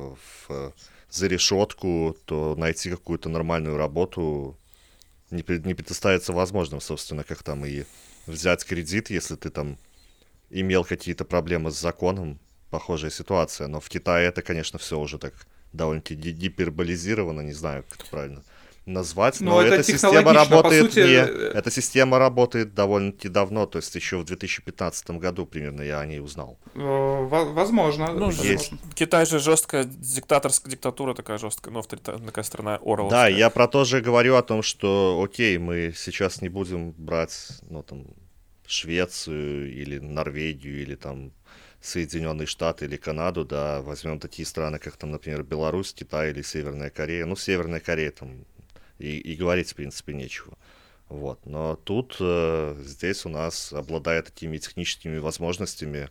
за решетку, то найти какую-то нормальную работу не представится возможным, собственно, как там и взять кредит, если ты там имел какие-то проблемы с законом. Похожая ситуация, но в Китае это, конечно, все уже так довольно-таки гиперболизировано, не знаю, как это правильно назвать, но эта система работает эта система работает довольно-таки давно, то есть еще в 2015 году примерно я о ней узнал. Возможно. Китай же жесткая диктатура такая жесткая, но такая страна Орвелловская. Да, я про то же говорю о том, что окей, мы сейчас не будем брать, Швецию или Норвегию или там Соединенные Штаты или Канаду, да, возьмем такие страны, как там, например, Беларусь, Китай или Северная Корея. Северная Корея там и говорить, в принципе, нечего. Вот. Но тут, здесь у нас, обладая такими техническими возможностями,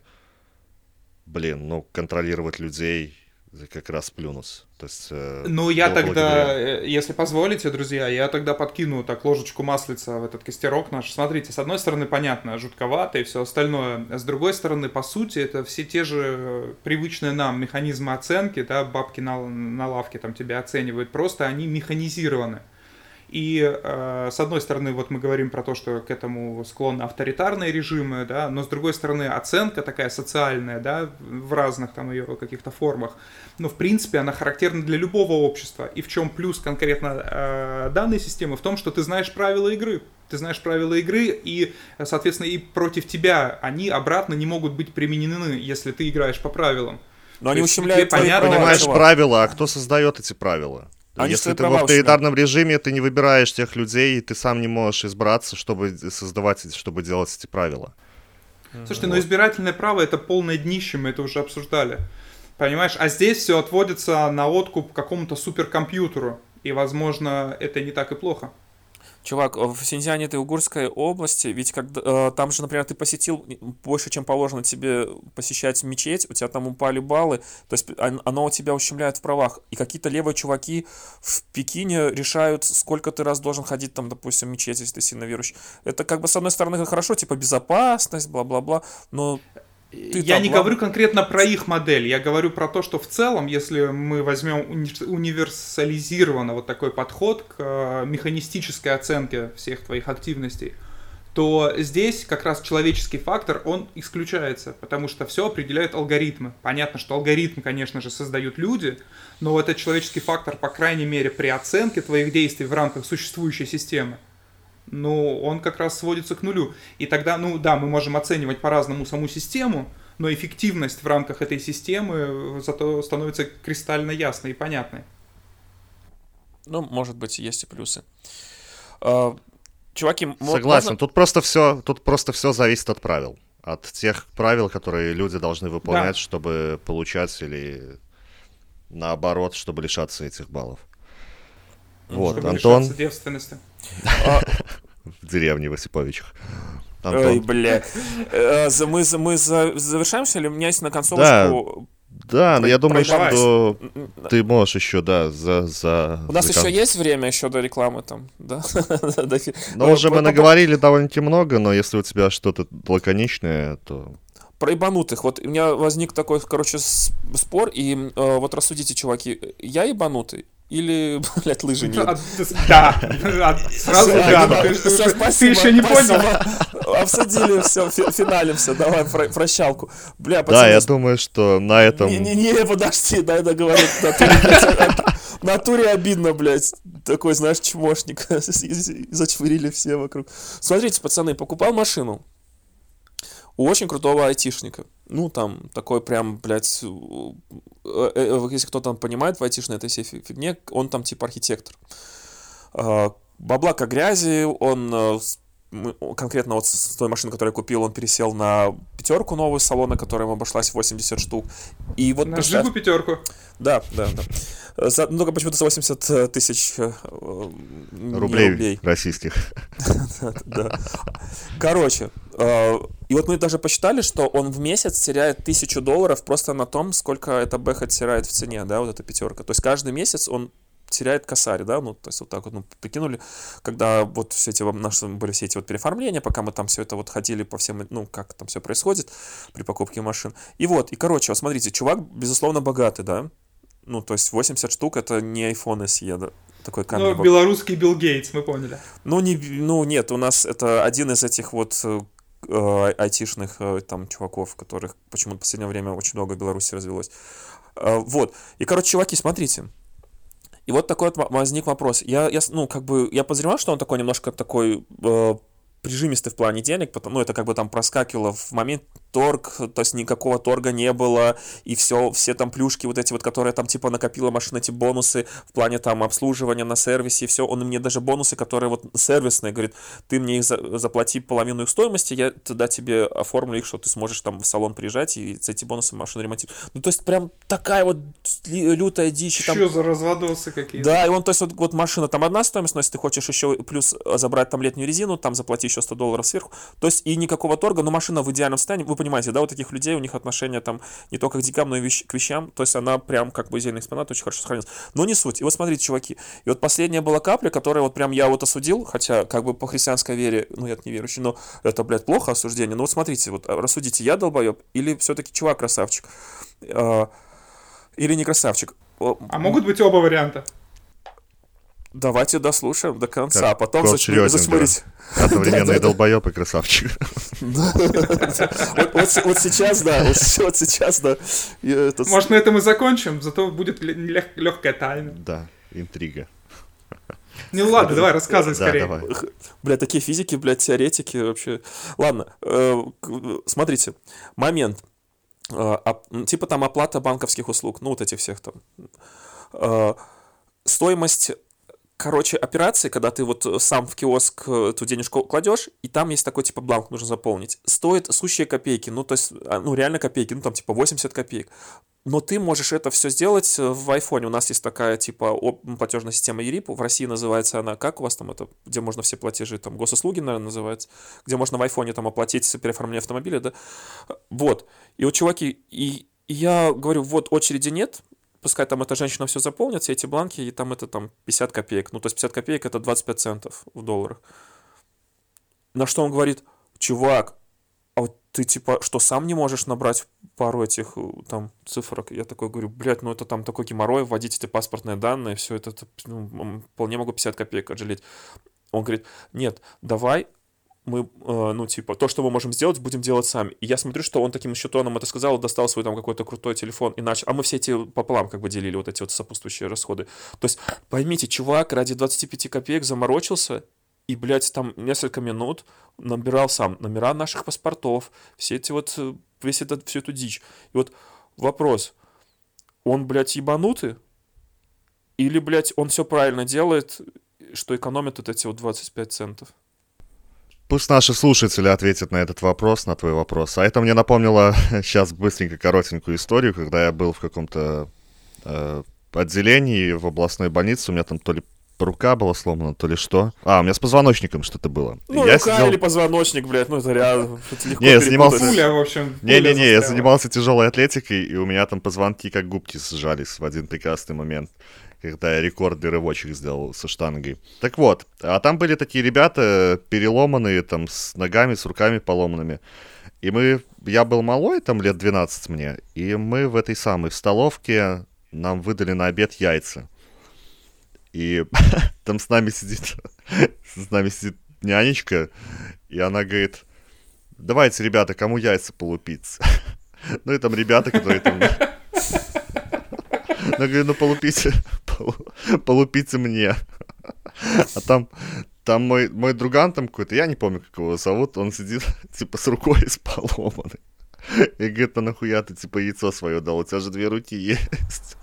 контролировать людей как раз плюнуть. То есть, я тогда, если позволите, друзья, я тогда подкину так ложечку маслица в этот костерок наш. Смотрите, с одной стороны, понятно, жутковато и все остальное. А с другой стороны, по сути, это все те же привычные нам механизмы оценки, да, бабки на лавке там тебя оценивают, просто они механизированы. И с одной стороны, вот мы говорим про то, что к этому склонны авторитарные режимы, да, но с другой стороны, оценка такая социальная, да, в разных там ее каких-то формах, но в принципе она характерна для любого общества. И в чем плюс конкретно данной системы? В том, что ты знаешь правила игры. Ты знаешь правила игры, и, соответственно, и против тебя они обратно не могут быть применены, если ты играешь по правилам. Но они ущемляют твои права. Ты понимаешь правила, а кто создает эти правила? Если ты в авторитарном режиме, ты не выбираешь тех людей, и ты сам не можешь избраться, чтобы делать эти правила. Слушайте, но избирательное право — это полное днище, мы это уже обсуждали. Понимаешь, а здесь все отводится на откуп какому-то суперкомпьютеру. И, возможно, это не так и плохо. Чувак, в Синьцзяне этой Уйгурской области, ведь когда, там же, например, ты посетил больше, чем положено тебе посещать мечеть, у тебя там упали баллы, то есть оно тебя ущемляет в правах. И какие-то левые чуваки в Пекине решают, сколько ты раз должен ходить там, допустим, в мечеть, если ты сильно верующий. Это как бы с одной стороны хорошо, типа безопасность, бла-бла-бла, но... Я не говорю конкретно про их модель, я говорю про то, что в целом, если мы возьмем универсализированно вот такой подход к механистической оценке всех твоих активностей, то здесь как раз человеческий фактор, он исключается, потому что все определяют алгоритмы. Понятно, что алгоритм, конечно же, создают люди, но этот человеческий фактор, по крайней мере, при оценке твоих действий в рамках существующей системы, ну, он как раз сводится к нулю. И тогда, ну да, мы можем оценивать по-разному саму систему, но эффективность в рамках этой системы зато становится кристально ясной и понятной. Ну, может быть, есть и плюсы. Чуваки, согласен, можно... тут просто все зависит от правил. От тех правил, которые люди должны выполнять, да, чтобы получать, или наоборот, чтобы лишаться этих баллов. Вот, чтобы Антон. Лишаться девственности. В деревне в Осиповичах. Ой, блядь. Мы завершаемся, или у меня есть на концовочку... Да, но я думаю, что ты можешь еще, да, У нас еще есть время еще до рекламы там, да? Ну, уже мы наговорили довольно-таки много, но если у тебя что-то лаконичное, то... Про ебанутых. Вот у меня возник такой, короче, спор, и вот рассудите, чуваки, я ебанутый? Или, блядь, лыжи нет? Да, сразу да. Ты еще не понял? Обсудили все, финалимся, давай прощалку. Бля, пацаны... Да, я думаю, что на этом... Не, подожди, дай договорю. В натуре обидно, блядь. Такой, знаешь, чмошник. Зачвырили все вокруг. Смотрите, пацаны, покупал машину у очень крутого айтишника. Ну, там, такой прям, блядь, если кто там понимает в айтишной этой всей фигне, он там типа архитектор. Бабла как грязи, он конкретно вот с той машины, которую я купил, он пересел на пятерку новую с салона, которая ему обошлась 80 штук. И вот на Жигу пятерку? Да. Ну, только почему-то за 80 тысяч рублей российских. Да. Короче, и вот мы даже посчитали, что он в месяц теряет $1000 просто на том, сколько эта бэха теряет в цене, да, вот эта пятерка. То есть каждый месяц он теряет косарь, да, ну, то есть вот так вот, ну, прикинули, когда вот все эти наши были все эти вот переоформления, пока мы там все это вот ходили по всем, ну, как там все происходит при покупке машин. И вот, и, короче, вот смотрите, чувак, безусловно, богатый, да, ну, то есть 80 штук это не iPhone SE, да, такой камень. Ну, белорусский Билл Гейтс, мы поняли. Ну, нет, у нас это один из этих вот айтишных там чуваков, которых почему-то в последнее время очень много в Беларуси развелось. Вот, и, короче, чуваки, смотрите. И вот такой вот возник вопрос. Я подозревал, что он такой немножко такой прижимистый в плане денег, потому, ну, это как бы там проскакивало в момент торг, то есть никакого торга не было, и все там плюшки вот эти вот, которые там типа накопила машина, эти бонусы в плане там обслуживания на сервисе, и все, он мне даже бонусы, которые вот сервисные, говорит, ты мне их заплати половину их стоимости, я тогда тебе оформлю их, что ты сможешь там в салон приезжать и за эти бонусы машину ремонтировать. Ну, то есть прям такая вот лютая дичь. Что за разводосы какие-то? Да, и он, то есть вот машина там одна стоимость, но если ты хочешь еще плюс забрать там летнюю резину, там заплати еще $100 сверху, то есть и никакого торга, но машина в идеальном состоянии, вы понимаете, да, вот таких людей, у них отношение там не только к деньгам, но и к вещам, то есть она прям как бы идеальный экспонат, очень хорошо сохранилась. Но не суть. И вот смотрите, чуваки, и вот последняя была капля, которая вот прям я вот осудил, хотя как бы по христианской вере, ну я не верующий, но это, блядь, плохо осуждение, но вот смотрите, вот рассудите, я долбоеб или все-таки чувак красавчик, или не красавчик. А могут быть оба варианта? Давайте дослушаем до конца, а потом засмотрите. Одновременный долбоеб и красавчик. Вот сейчас, да. Может, на этом и закончим, зато будет легкая тайна. Да, интрига. Ну ладно, давай, рассказывай скорее. Бля, такие физики, блядь, теоретики вообще. Ладно, смотрите, момент. Типа там оплата банковских услуг, ну вот этих всех там. Стоимость... Короче, операции, когда ты вот сам в киоск эту денежку кладешь, и там есть такой типа бланк, нужно заполнить, стоит сущие копейки, ну то есть, ну реально копейки, ну там типа 80 копеек. Но ты можешь это все сделать в айфоне. У нас есть такая, типа, платежная система ERIP. В России называется она, как у вас там это, где можно все платежи, там, госуслуги, наверное, называется, где можно в айфоне там оплатить переоформление автомобиля, да. Вот. И вот, чуваки, и я говорю, вот очереди нет, пускай там эта женщина все заполнит, все эти бланки, и там это там 50 копеек. Ну, то есть 50 копеек это 25 центов в долларах. На что он говорит, чувак, а вот ты типа что, сам не можешь набрать пару этих там цифрок? Я такой говорю, блядь, ну это там такой геморрой, вводить эти паспортные данные, все это, ну, вполне могу 50 копеек отжалеть. Он говорит, нет, давай мы, ну, типа, то, что мы можем сделать, будем делать сами. И я смотрю, что он таким еще тоном это сказал, достал свой там какой-то крутой телефон и начал. А мы все эти пополам как бы делили вот эти вот сопутствующие расходы. То есть, поймите, чувак ради 25 копеек заморочился и, блядь, там несколько минут набирал сам номера наших паспортов, все эти вот, всю эту дичь. И вот вопрос, он, блядь, ебанутый? Или, блядь, он все правильно делает, что экономит вот эти вот 25 центов? Пусть наши слушатели ответят на этот вопрос, на твой вопрос. А это мне напомнило сейчас быстренько коротенькую историю, когда я был в каком-то отделении в областной больнице, у меня там то ли рука была сломана, то ли что. У меня с позвоночником что-то было. Ну, я рука или позвоночник, блядь, ну это реально легко. Не, я занимался... Пуля, в общем. Не-не-не, я занимался тяжелой атлетикой, и у меня там позвонки как губки сжались в один прекрасный момент, когда я рекордный рывочек сделал со штангой. Так вот, а там были такие ребята переломанные, там, с ногами, с руками поломанными. И я был малой, там, лет 12 мне, и мы в этой самой столовке, нам выдали на обед яйца. И там с нами сидит нянечка, и она говорит, давайте, ребята, кому яйца полупиться? Ну и там ребята, которые там... Она говорит, ну полупите мне. А там мой друган там какой-то, я не помню, как его зовут, он сидит, типа, с рукой поломанной. И говорит, а нахуя ты, типа, яйцо свое дал, у тебя же 2 руки есть.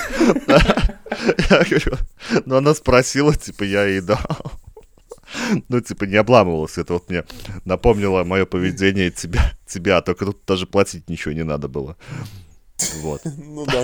Я говорю, ну она спросила, типа, я ей дал. Ну, типа, не обламывалась. Это вот мне напомнило мое поведение тебя, только тут даже платить ничего не надо было. Вот. Ну да,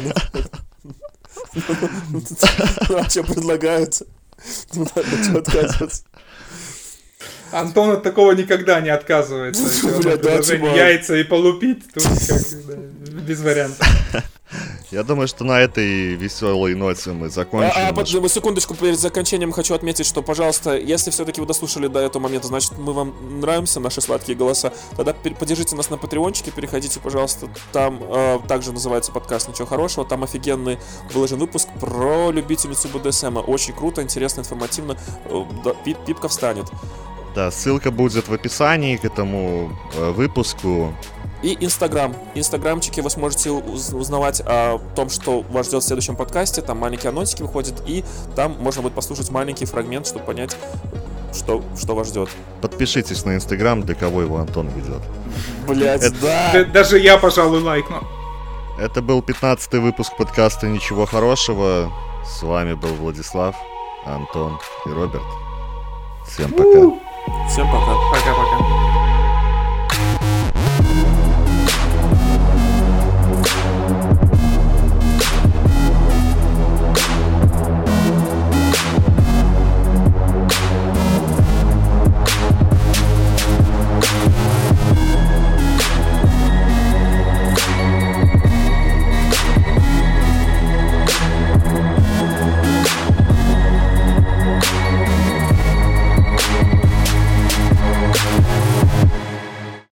а что предлагают? Ну ладно, что отказываться? Антон от такого никогда не отказывается. Яйца и полупить, тут без вариантов. Я думаю, что на этой веселой ноте мы закончим. Секундочку, перед закончанием хочу отметить, что, пожалуйста, если все-таки вы дослушали до этого момента, значит, мы вам нравимся, наши сладкие голоса, тогда поддержите нас на патреончике, переходите, пожалуйста, там также называется подкаст «Ничего хорошего», там офигенный выложен выпуск про любительницу БДСМ, очень круто, интересно, информативно, пипка встанет. Да, ссылка будет в описании к этому выпуску. И Инстаграмчики вы сможете узнавать о том, что вас ждет в следующем подкасте. Там маленькие анонсики выходят, и там можно будет послушать маленький фрагмент, чтобы понять, что вас ждет. Подпишитесь на Инстаграм, для кого его Антон ведет. Блять, да. Даже я, пожалуй, лайкну. Это был 15-й выпуск подкаста «Ничего хорошего». С вами был Владислав, Антон и Роберт. Всем пока. Всем пока. Пока-пока.